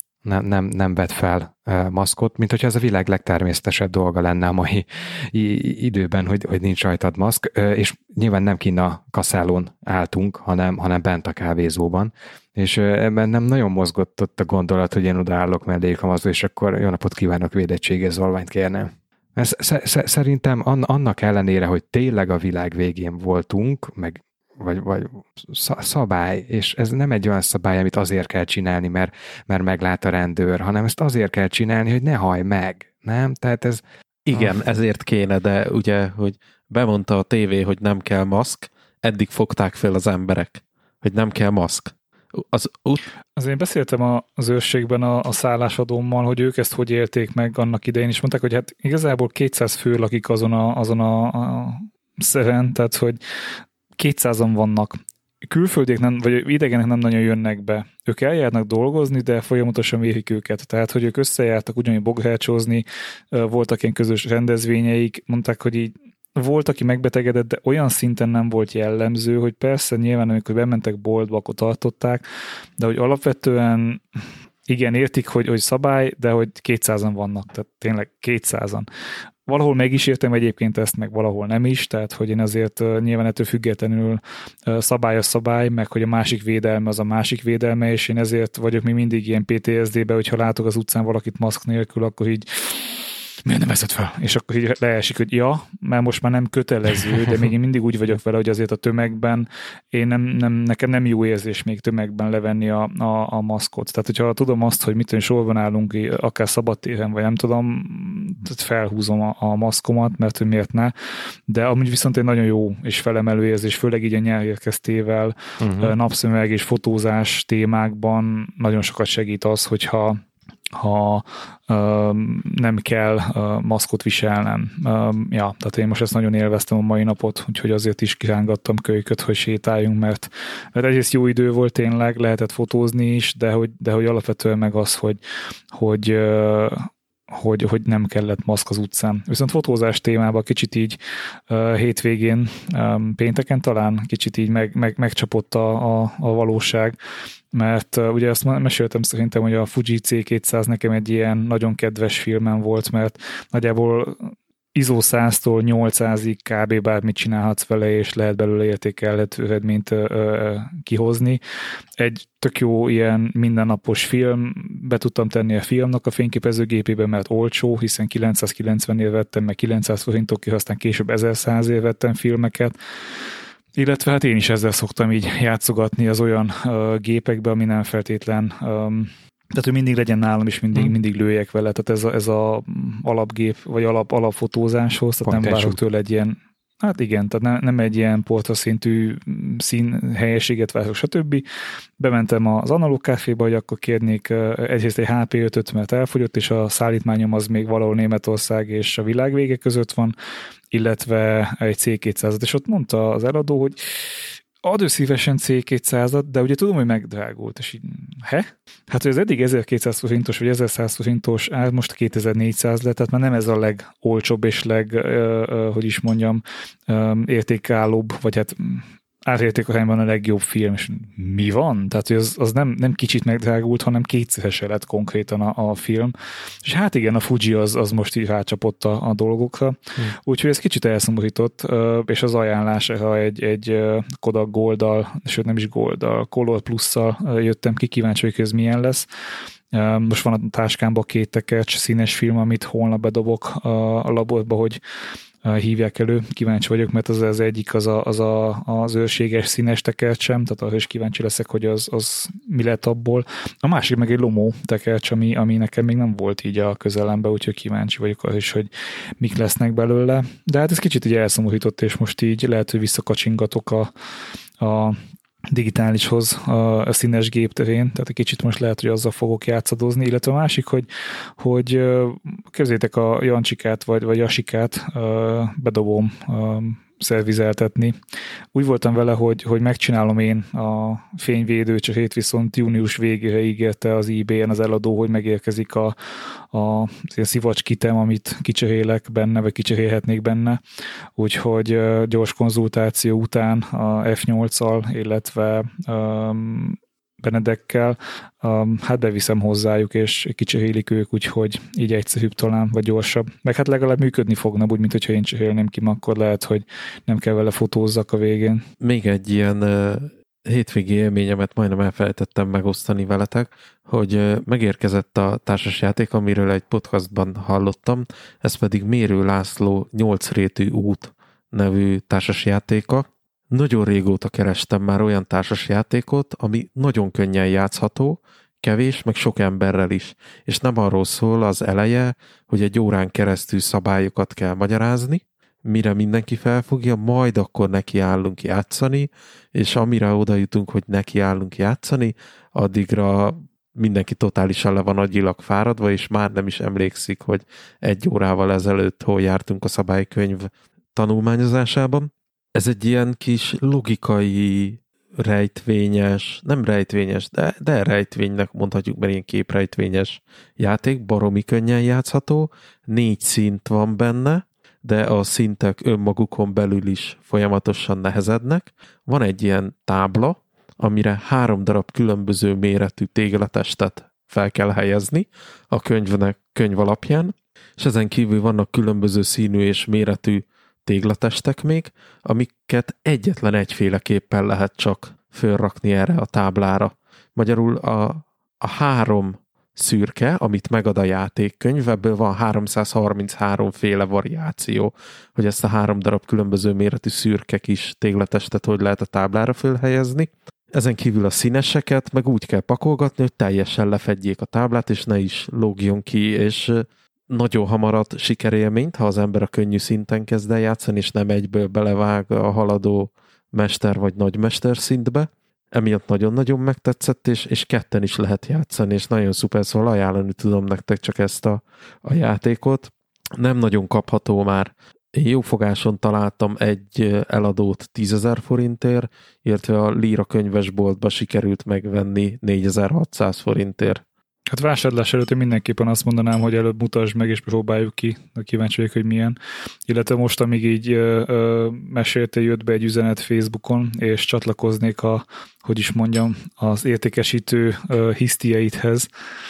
nem vett fel maszkot, mint hogyha ez a világ legtermészetesebb dolga lenne a mai időben, hogy nincs rajtad maszk, és nyilván nem kint a kaszálón álltunk, hanem bent a kávézóban, és ebben nem nagyon mozgott ott a gondolat, hogy én odaállok melléjük a maszkba, és akkor jó napot kívánok, védettségigazolványt kérnem. Szerintem annak ellenére, hogy tényleg a világ végén voltunk, meg vagy szabály, és ez nem egy olyan szabály, amit azért kell csinálni, mert meglát a rendőr, hanem ezt azért kell csinálni, hogy ne hallj meg, nem? Tehát ez... Igen, ezért kéne, de ugye, hogy bemondta a tévé, hogy nem kell maszk, eddig fogták fel az emberek, hogy nem kell maszk. Azért én beszéltem az őrségben a szállásadómmal, hogy ők ezt hogy élték meg annak idején, és mondták, hogy hát igazából 200 fő lakik azon a szeren, tehát hogy 200-an vannak. Külföldiek vagy idegenek nem nagyon jönnek be. Ők eljárnak dolgozni, de folyamatosan vérik őket. Tehát, hogy ők összejártak ugyanúgy bográcsozni, voltak ilyen közös rendezvényeik, mondták, hogy így volt, aki megbetegedett, de olyan szinten nem volt jellemző, hogy persze nyilván, amikor bementek boltba, akkor tartották, de hogy alapvetően igen, értik, hogy szabály, de hogy 200-an vannak, tehát tényleg 200-an. Valahol meg is értem egyébként ezt, meg valahol nem is, tehát hogy én azért nyilván ettől függetlenül szabály a szabály, meg hogy a másik védelme az a másik védelme, és én ezért vagyok még mindig ilyen PTSD-be, hogyha látok az utcán valakit maszk nélkül, akkor így miért nem veszed fel? És akkor így leesik, hogy ja, mert most már nem kötelező, de még én mindig úgy vagyok vele, hogy azért a tömegben nekem nem jó érzés még tömegben levenni a maszkot. Tehát, hogyha tudom azt, hogy mit sorban állunk, akár szabadtéren, vagy nem tudom, felhúzom a maszkomat, mert hogy miért ne. De amúgy viszont egy nagyon jó és felemelő érzés, főleg így a nyár érkeztével, napszemüveg és fotózás témákban nagyon sokat segít az, hogyha nem kell maszkot viselnem. Tehát én most ezt nagyon élveztem a mai napot, úgyhogy azért is kirángattam kölyköt, hogy sétáljunk, mert egyrészt jó idő volt tényleg, lehetett fotózni is, de hogy alapvetően meg az, hogy hogy nem kellett maszk az utcán. Viszont fotózás témában kicsit így hétvégén, pénteken talán kicsit így megcsapott a valóság, mert ugye azt meséltem szerintem, hogy a Fuji C200 nekem egy ilyen nagyon kedves filmem volt, mert nagyjából ISO 100-tól 800-ig kb. Bármit csinálhatsz vele, és lehet belőle értékelhető eredményt kihozni. Egy tök jó ilyen mindennapos film, be tudtam tenni a filmnak a fényképezőgépébe, mert olcsó, hiszen 990-ér vettem, meg 900 forintokért, aztán később 1100-ért vettem filmeket. Illetve hát én is ezzel szoktam így játszogatni az olyan gépekbe, ami nem feltétlen... Tehát, hogy mindig legyen nálam, és mindig lőjek vele. Tehát ez a alapgép, vagy alapfotózáshoz, tehát nem várok tőle egy ilyen, hát igen, tehát nem egy ilyen portraszintű színhelyességet várok, stb. Bementem az analóg kávéba, hogy akkor kérnék egyrészt egy HP5-öt, mert elfogyott, és a szállítmányom az még valahol Németország és a világ vége között van, illetve egy C200-at, és ott mondta az eladó, hogy ad ő szívesen C200-at, de ugye tudom, hogy megdrágult, és így, Hát, hogy az eddig 1200 forintos, vagy 1100 forintos ár, most 2400 lett, tehát már nem ez a legolcsóbb és hogy is mondjam, értékállóbb, vagy hát árértékarányban a legjobb film, és mi van? Tehát, hogy az nem kicsit megdrágult, hanem kétszerese lett konkrétan a film. És hát igen, a Fuji az most így rácsapott a dolgokra. Úgyhogy ez kicsit elszomorított, és az ajánlásra egy Kodak Golddal, sőt nem is Golddal, Color Plusszal jöttem ki, kíváncsi, hogy ez milyen lesz. Most van a táskámban 2 tekercs színes film, amit holnap bedobok a laborba, hogy hívják elő. Kíváncsi vagyok, mert az egyik az őrséges színes tekercsem, tehát arra is kíváncsi leszek, hogy az mi lett abból. A másik meg egy lomó tekercs, ami nekem még nem volt így a közelemben, úgyhogy kíváncsi vagyok arra is, hogy mik lesznek belőle. De hát ez kicsit így elszomorított, és most így lehet, hogy visszakacsingatok a digitálishoz a színes gép terén, tehát egy kicsit most lehet, hogy azzal fogok játszadozni, illetve a másik, hogy képzeljétek a Jancsikát, vagy Jasikát bedobom szervizeltetni. Úgy voltam vele, hogy megcsinálom én a fényvédőcserét, viszont június végére ígérte az eBay-en az eladó, hogy megérkezik a szivacs-kitem, amit kicserélek benne, vagy kicserélhetnék benne. Úgyhogy gyors konzultáció után a F8-al, illetve Benedekkel, hát beviszem hozzájuk, és kicserélik ők, úgyhogy így egyszerűbb talán, vagy gyorsabb. Meg hát legalább működni fogna, úgy, mint hogyha én cserélném ki, akkor lehet, hogy nem kell vele fotózzak a végén. Még egy ilyen hétvégi élményemet majdnem elfelejtettem megosztani veletek, hogy megérkezett a társasjáték, amiről egy podcastban hallottam, ez pedig Mérő László 8 rétű út nevű társasjátéka. Nagyon régóta kerestem már olyan társasjátékot, ami nagyon könnyen játszható, kevés, meg sok emberrel is. És nem arról szól az eleje, hogy egy órán keresztül szabályokat kell magyarázni, mire mindenki felfogja, majd akkor nekiállunk játszani, és amire oda jutunk, hogy nekiállunk játszani, addigra mindenki totálisan le van agyilag fáradva, és már nem is emlékszik, hogy 1 órával ezelőtt hol jártunk a szabálykönyv tanulmányozásában. Ez egy ilyen kis logikai, rejtvényes, nem rejtvényes, de rejtvénynek mondhatjuk, mert ilyen képrejtvényes játék, baromi könnyen játszható, 4 szint van benne, de a szintek önmagukon belül is folyamatosan nehezednek. Van egy ilyen tábla, amire 3 darab különböző méretű téglatestet fel kell helyezni a könyv alapján, és ezen kívül vannak különböző színű és méretű téglatestek még, amiket egyetlen egyféleképpen lehet csak fölrakni erre a táblára. Magyarul a 3 szürke, amit megad a játékkönyv, ebből van 333 féle variáció, hogy ezt a 3 darab különböző méretű szürke kis téglatestet hogy lehet a táblára fölhelyezni. Ezen kívül a színeseket meg úgy kell pakolgatni, hogy teljesen lefedjék a táblát, és ne is lógjon ki, és nagyon hamar ad sikerélményt, ha az ember a könnyű szinten kezd el játszani, és nem egyből belevág a haladó mester vagy nagymester szintbe. Emiatt nagyon-nagyon megtetszett, és 2 is lehet játszani, és nagyon szuper, szóval ajánlani tudom nektek csak ezt a játékot. Nem nagyon kapható már. Én jófogáson találtam egy eladót 10 000 forintért, illetve a Líra könyvesboltba sikerült megvenni 4600 forintért. Hát vásárlás előtt én mindenképpen azt mondanám, hogy előbb mutasd meg, és próbáljuk ki, kíváncsi vagyok, hogy milyen. Illetve most, amíg így meséltél, jött be egy üzenet Facebookon, és csatlakoznék hogy is mondjam, az értékesítő hisztieidhez.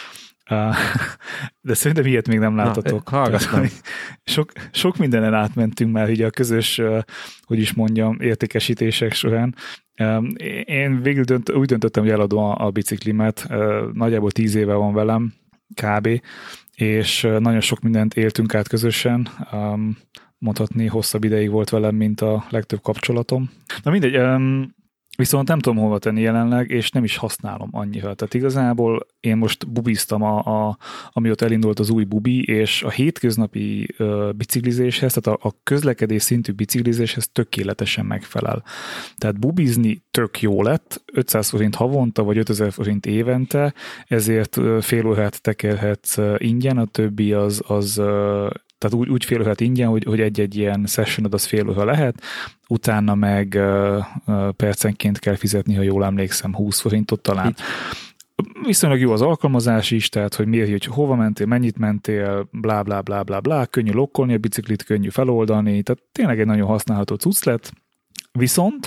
De szerintem ilyet még nem láttatok. Hallgatom. Sok mindenen átmentünk már így a közös, hogy is mondjam, értékesítések során. Én végül úgy döntöttem, hogy eladom a biciklimet. Nagyjából 10 éve van velem, kb. És nagyon sok mindent éltünk át közösen. Mondhatni, hosszabb ideig volt velem, mint a legtöbb kapcsolatom. Na mindegy, viszont nem tudom hova tenni jelenleg, és nem is használom annyira. Tehát igazából én most bubiztam, amióta elindult az új bubi, és a hétköznapi biciklizéshez, tehát a közlekedés szintű biciklizéshez tökéletesen megfelel. Tehát bubizni tök jó lett, 500 forint havonta, vagy 5000 forint évente, ezért fél órát tekerhetsz ingyen, a többi tehát úgy fél órát ingyen, hogy egy-egy ilyen sessionod az fél óra lehet, utána meg percenként kell fizetni, ha jól emlékszem, 20 forintot talán. Viszonylag jó az alkalmazás is, tehát hogy mérjük, hogy hova mentél, mennyit mentél, blá, blá, blá, blá, blá, könnyű lokkolni a biciklit, könnyű feloldani, tehát tényleg egy nagyon használható cucc lett. Viszont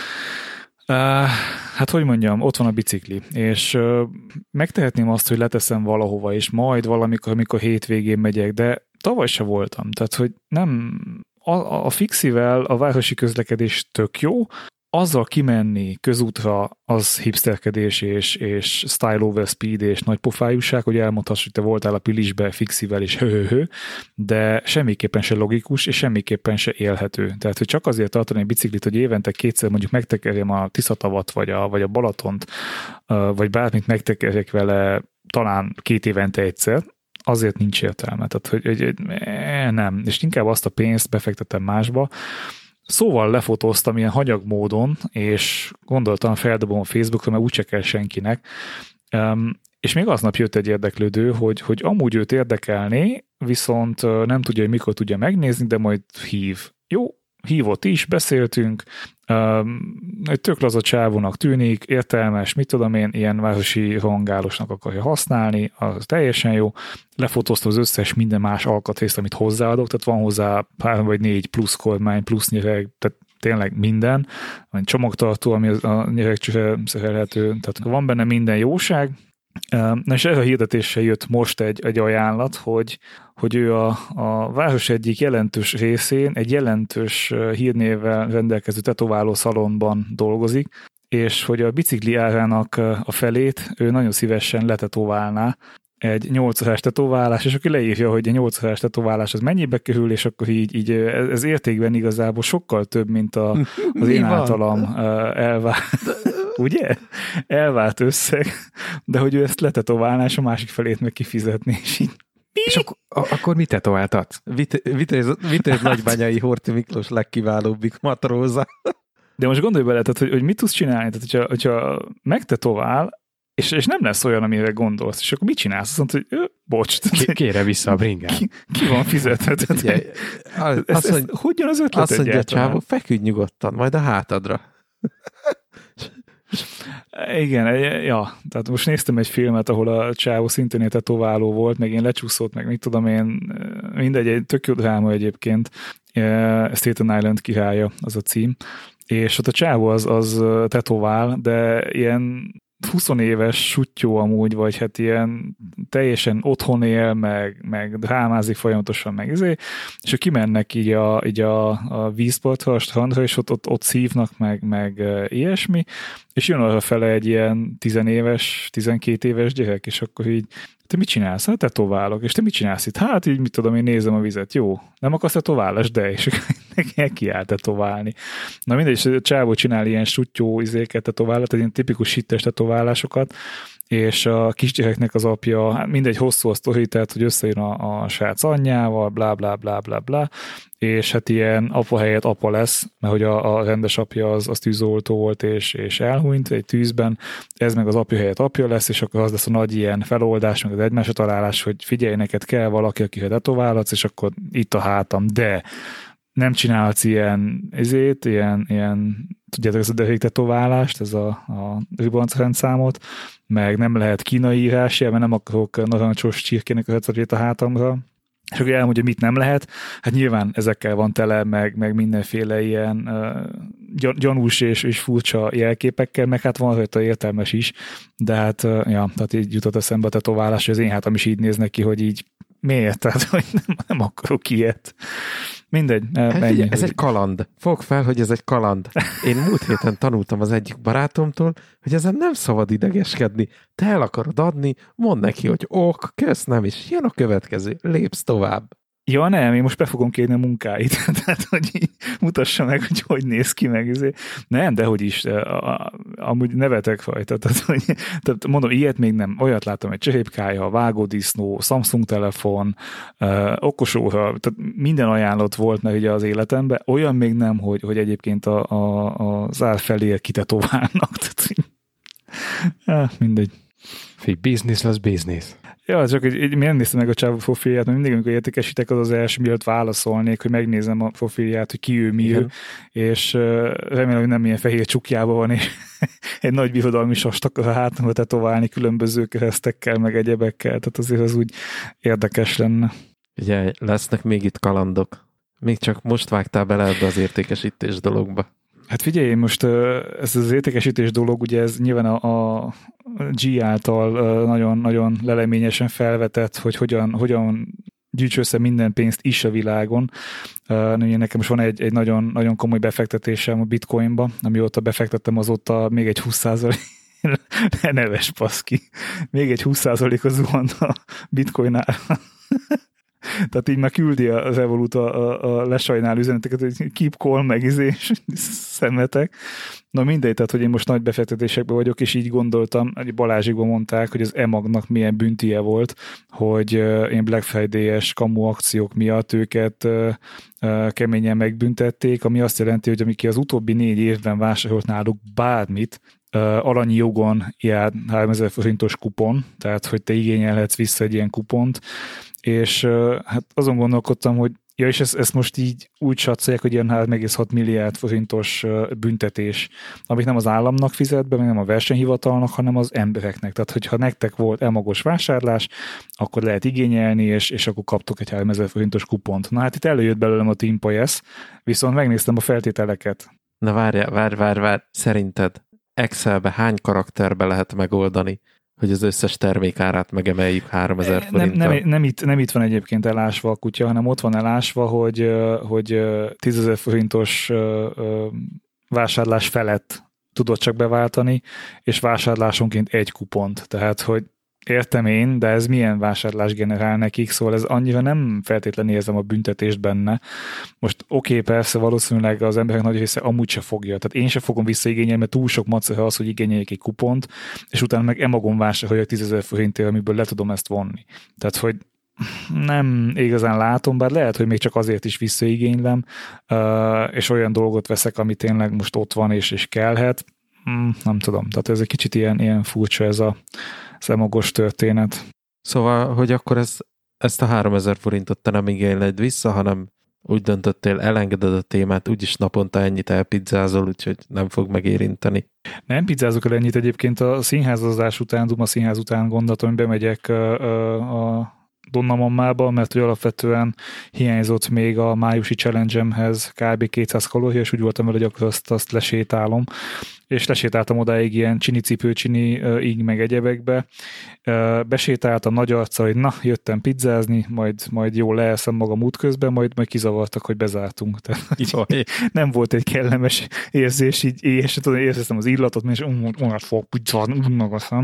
hát hogy mondjam, ott van a bicikli, és megtehetném azt, hogy leteszem valahova, és majd valamikor, amikor hétvégén megyek, de tavaly se voltam, tehát hogy nem, a fixivel a városi közlekedés tök jó, azzal kimenni közútra az hipsterkedés és style over speed és nagy pofájúság, hogy elmondhass, hogy te voltál a Pilisbe fixivel és de semmiképpen se logikus, és semmiképpen se élhető. Tehát, hogy csak azért tartani egy biciklit, hogy évente kétszer mondjuk megtekerjem a Tiszatavat, vagy a Balatont, vagy bármit megtekerjek vele talán 2 évente egyszer, azért nincs értelme. Tehát, hogy nem. És inkább azt a pénzt befektetem másba. Szóval lefotóztam ilyen hanyag módon, és gondoltam, feldobom a Facebookra, mert úgyse kell senkinek. És még aznap jött egy érdeklődő, hogy amúgy őt érdekelné, viszont nem tudja, hogy mikor tudja megnézni, de majd hív. Jó, hívott is, beszéltünk, egy tök laza csávónak tűnik, értelmes, mit tudom én, ilyen városi rongálosnak akarja használni, az teljesen jó. Lefotóztam az összes minden más alkatrészt, amit hozzáadok, tehát van hozzá 3 vagy 4 plusz kormány, plusz nyereg, tehát tényleg minden. Van csomagtartó, ami a nyeregcsőre szerelhető, tehát van benne minden jóság. Na és ez a hirdetéssel jött most egy ajánlat, hogy ő a város egyik jelentős részén egy jelentős hírnévvel rendelkező tetováló szalonban dolgozik, és hogy a bicikli árának a felét ő nagyon szívesen letetoválná egy 8 órás tetoválás, és aki leírja, hogy a 8 órás tetoválás az mennyibe kerül, és akkor így ez értékben igazából sokkal több, mint az én általam ugye? Elvált összeg, de hogy ő ezt letetoválná, és a másik felét meg kifizetni, és így. És akkor mit tetováltatsz? Vitéz Nagybányai Horthy Miklós legkiválóbbik matróza. De most gondolj bele, tehát, hogy mit tudsz csinálni? Tehát, hogyha megtetovál, és nem lesz olyan, amire gondolsz, és akkor mit csinálsz? Azt mondod, hogy bocs. Kére vissza a bringán. Ki van fizetve? Hogy jön az ötlet? Azt mondja, csávó, feküdj nyugodtan, majd a hátadra. Igen, ja, tehát most néztem egy filmet, ahol a csávó szintén tetováló volt, meg én lecsúszott, meg mit tudom én, mindegy, egy tök jó dráma egyébként, Staten Island királya az a cím, és ott a csávó az tetovál, de ilyen 20 éves suttyó amúgy, vagy hát ilyen teljesen otthon él, meg drámázik folyamatosan, meg és kimennek így a vízpartra, a strandra, és ott szívnak, meg ilyesmi, és jön arra fele egy ilyen 10 éves, 12 éves gyerek, és akkor így, te mit csinálsz? Hát tetoválok. És te mit csinálsz itt? Hát így mit tudom, én nézem a vizet. Jó, nem akarsz tetoválás? De, és neki áll tetoválni. Na mindegy, a csávó csinál ilyen suttyó izéket tetoválat, tehát ilyen tipikus hittes tetoválásokat, és a kisgyereknek az apja, hát mindegy, hosszú a sztori, tehát hogy összejön a srác anyjával, blá, blá, blá, blá, blá, és hát ilyen apa helyett apa lesz, mert hogy a rendes apja az tűzoltó volt, és elhunyt egy tűzben, ez meg az apja helyett apja lesz, és akkor az lesz a nagy ilyen feloldás, meg az egymásra találás, hogy figyelj, neked kell valaki, akire tetoválhatsz, és akkor itt a hátam, de nem csinálhatsz ilyen tudjátok, ez a deréktetoválást, ez a ribancrendszámot, meg nem lehet kínai írás, mert nem akarok narancsos csirkének a receptjét a hátamra. És akkor elmondja, mit nem lehet. Hát nyilván ezekkel van tele, meg mindenféle ilyen gyanús és furcsa jelképekkel, meg hát van rajta értelmes is, de hát, tehát így jutott eszembe a tetoválás, hogy az én hátam is így néz neki, hogy így miért? Tehát, hogy nem akarok ilyet. Mindegy. Ez egy kaland. Fogd fel, hogy ez egy kaland. Én múlt héten tanultam az egyik barátomtól, hogy ezen nem szabad idegeskedni. Te el akarod adni, mondd neki, hogy ok, kösz, nem is. Jön a következő, lépsz tovább. Ja, nem, én most be fogom kérni a munkáit. Tehát, hogy így mutassa meg, hogy néz ki meg. Nem, de hogy is. Amúgy nevetek rajta. Tehát mondom, ilyet még nem. Olyat láttam, egy cserépkája, vágódisznó, Samsung telefon, okosóra, tehát minden ajánlott volt meg ugye az életemben. Olyan még nem, hogy egyébként az ár felé kitetoválnak. Mindegy. Business az business. Ja, csak miért néztem meg a csávó profilját, mert mindig, amikor értékesítek, az első, mielőtt válaszolnék, hogy megnézem a profilját, hogy ki ő, mi ő, és remélem, hogy nem ilyen fehér csukjában van, és egy nagy birodalmi sast akar a hátamra tetoválni különböző keresztekkel, meg egyebekkel, tehát azért az úgy érdekes lenne. Ugye lesznek még itt kalandok. Még csak most vágtál bele ebbe az értékesítés dologba. Hát figyelj, most ez az értékesítés dolog, ugye ez nyilván a G által nagyon leleményesen felvetett, hogy hogyan gyűjts össze minden pénzt is a világon. Nekem most van egy nagyon komoly befektetésem a bitcoinba, amióta befektettem, azóta még egy 20% neves paszki. Még egy 20%-os zuhant a bitcoinál. Tehát így már küldi a Revolut a lesajnál üzeneteket, hogy keep calm, meg és szemetek. Na mindegy, tehát hogy én most nagy befektetésekben vagyok, és így gondoltam, hogy Balázsikban mondták, hogy az EMAG-nak milyen büntie volt, hogy én Black Friday-es kamu akciók miatt őket keményen megbüntették, ami azt jelenti, hogy amiki az utóbbi 4 évben vásárolt náluk bármit, alanyi jogon jár 3000 forintos kupon, tehát hogy te igényelhetsz vissza egy ilyen kupont, és hát azon gondolkodtam, hogy és ezt most így úgy satszolják, hogy ilyen 3,6 milliárd forintos büntetés, amit nem az államnak fizet be, nem a versenyhivatalnak, hanem az embereknek. Tehát, hogyha nektek volt elmagos vásárlás, akkor lehet igényelni, és akkor kaptok egy 3000 forintos kupont. Na hát itt előjött belőlem a Team Pass, viszont megnéztem a feltételeket. Na várj. Szerinted Excelbe hány karakterbe lehet megoldani, hogy az összes termékárát megemeljük 3000 forinttal? Nem itt van egyébként elásva a kutya, hanem ott van elásva, hogy 10 000 forintos vásárlás felett tudod csak beváltani, és vásárlásonként egy kupont. Tehát, hogy értem én, de ez milyen vásárlás generál nekik, szóval ez annyira nem feltétlenül érzem a büntetést benne. Most oké, persze valószínűleg az emberek nagy része amúgy se fogja, tehát én se fogom visszaigényelni, mert túl sok macera az, hogy igényeljek egy kupont, és utána meg emagom vásároljak 10 000 forintért, amiből le tudom ezt vonni. Tehát, hogy nem igazán látom, bár lehet, hogy még csak azért is visszaigénylem, és olyan dolgot veszek, ami tényleg most ott van és kellhet. Nem tudom, tehát ez egy kicsit ilyen furcsa ez a szemogos történet. Szóval, hogy akkor ezt a 3000 forintot te nem igényled vissza, hanem úgy döntöttél, elengeded a témát, úgyis naponta ennyit elpizzázol, úgyhogy nem fog megérinteni. Nem pizzázok el ennyit egyébként a színházazás után, Duma színház után gondolatom, hogy bemegyek a Donna Mammába, mert hogy alapvetően hiányzott még a májusi challenge-emhez kb. 200 kalória, és úgy voltam vele, hogy akkor azt lesétálom. És lesétáltam odáig ilyen csini-cipő-csini így meg egyebekbe. Besétáltam nagy arccal, hogy na, jöttem pizzázni, majd jól leeszem magam útközben, majd kizavartak, hogy bezártunk. Tehát, így nem volt egy kellemes érzés, így érzeztem az illatot, és onnan fog pizzázni, unnogasszam.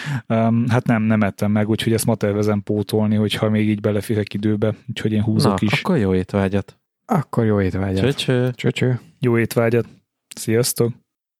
Hát nem ettem meg, úgyhogy ezt ma tervezem pótolni, hogyha még így beleférek időbe, úgyhogy én húzok is. Akkor jó étvágyat. Cső. Jó étvágyat. Sziasztok!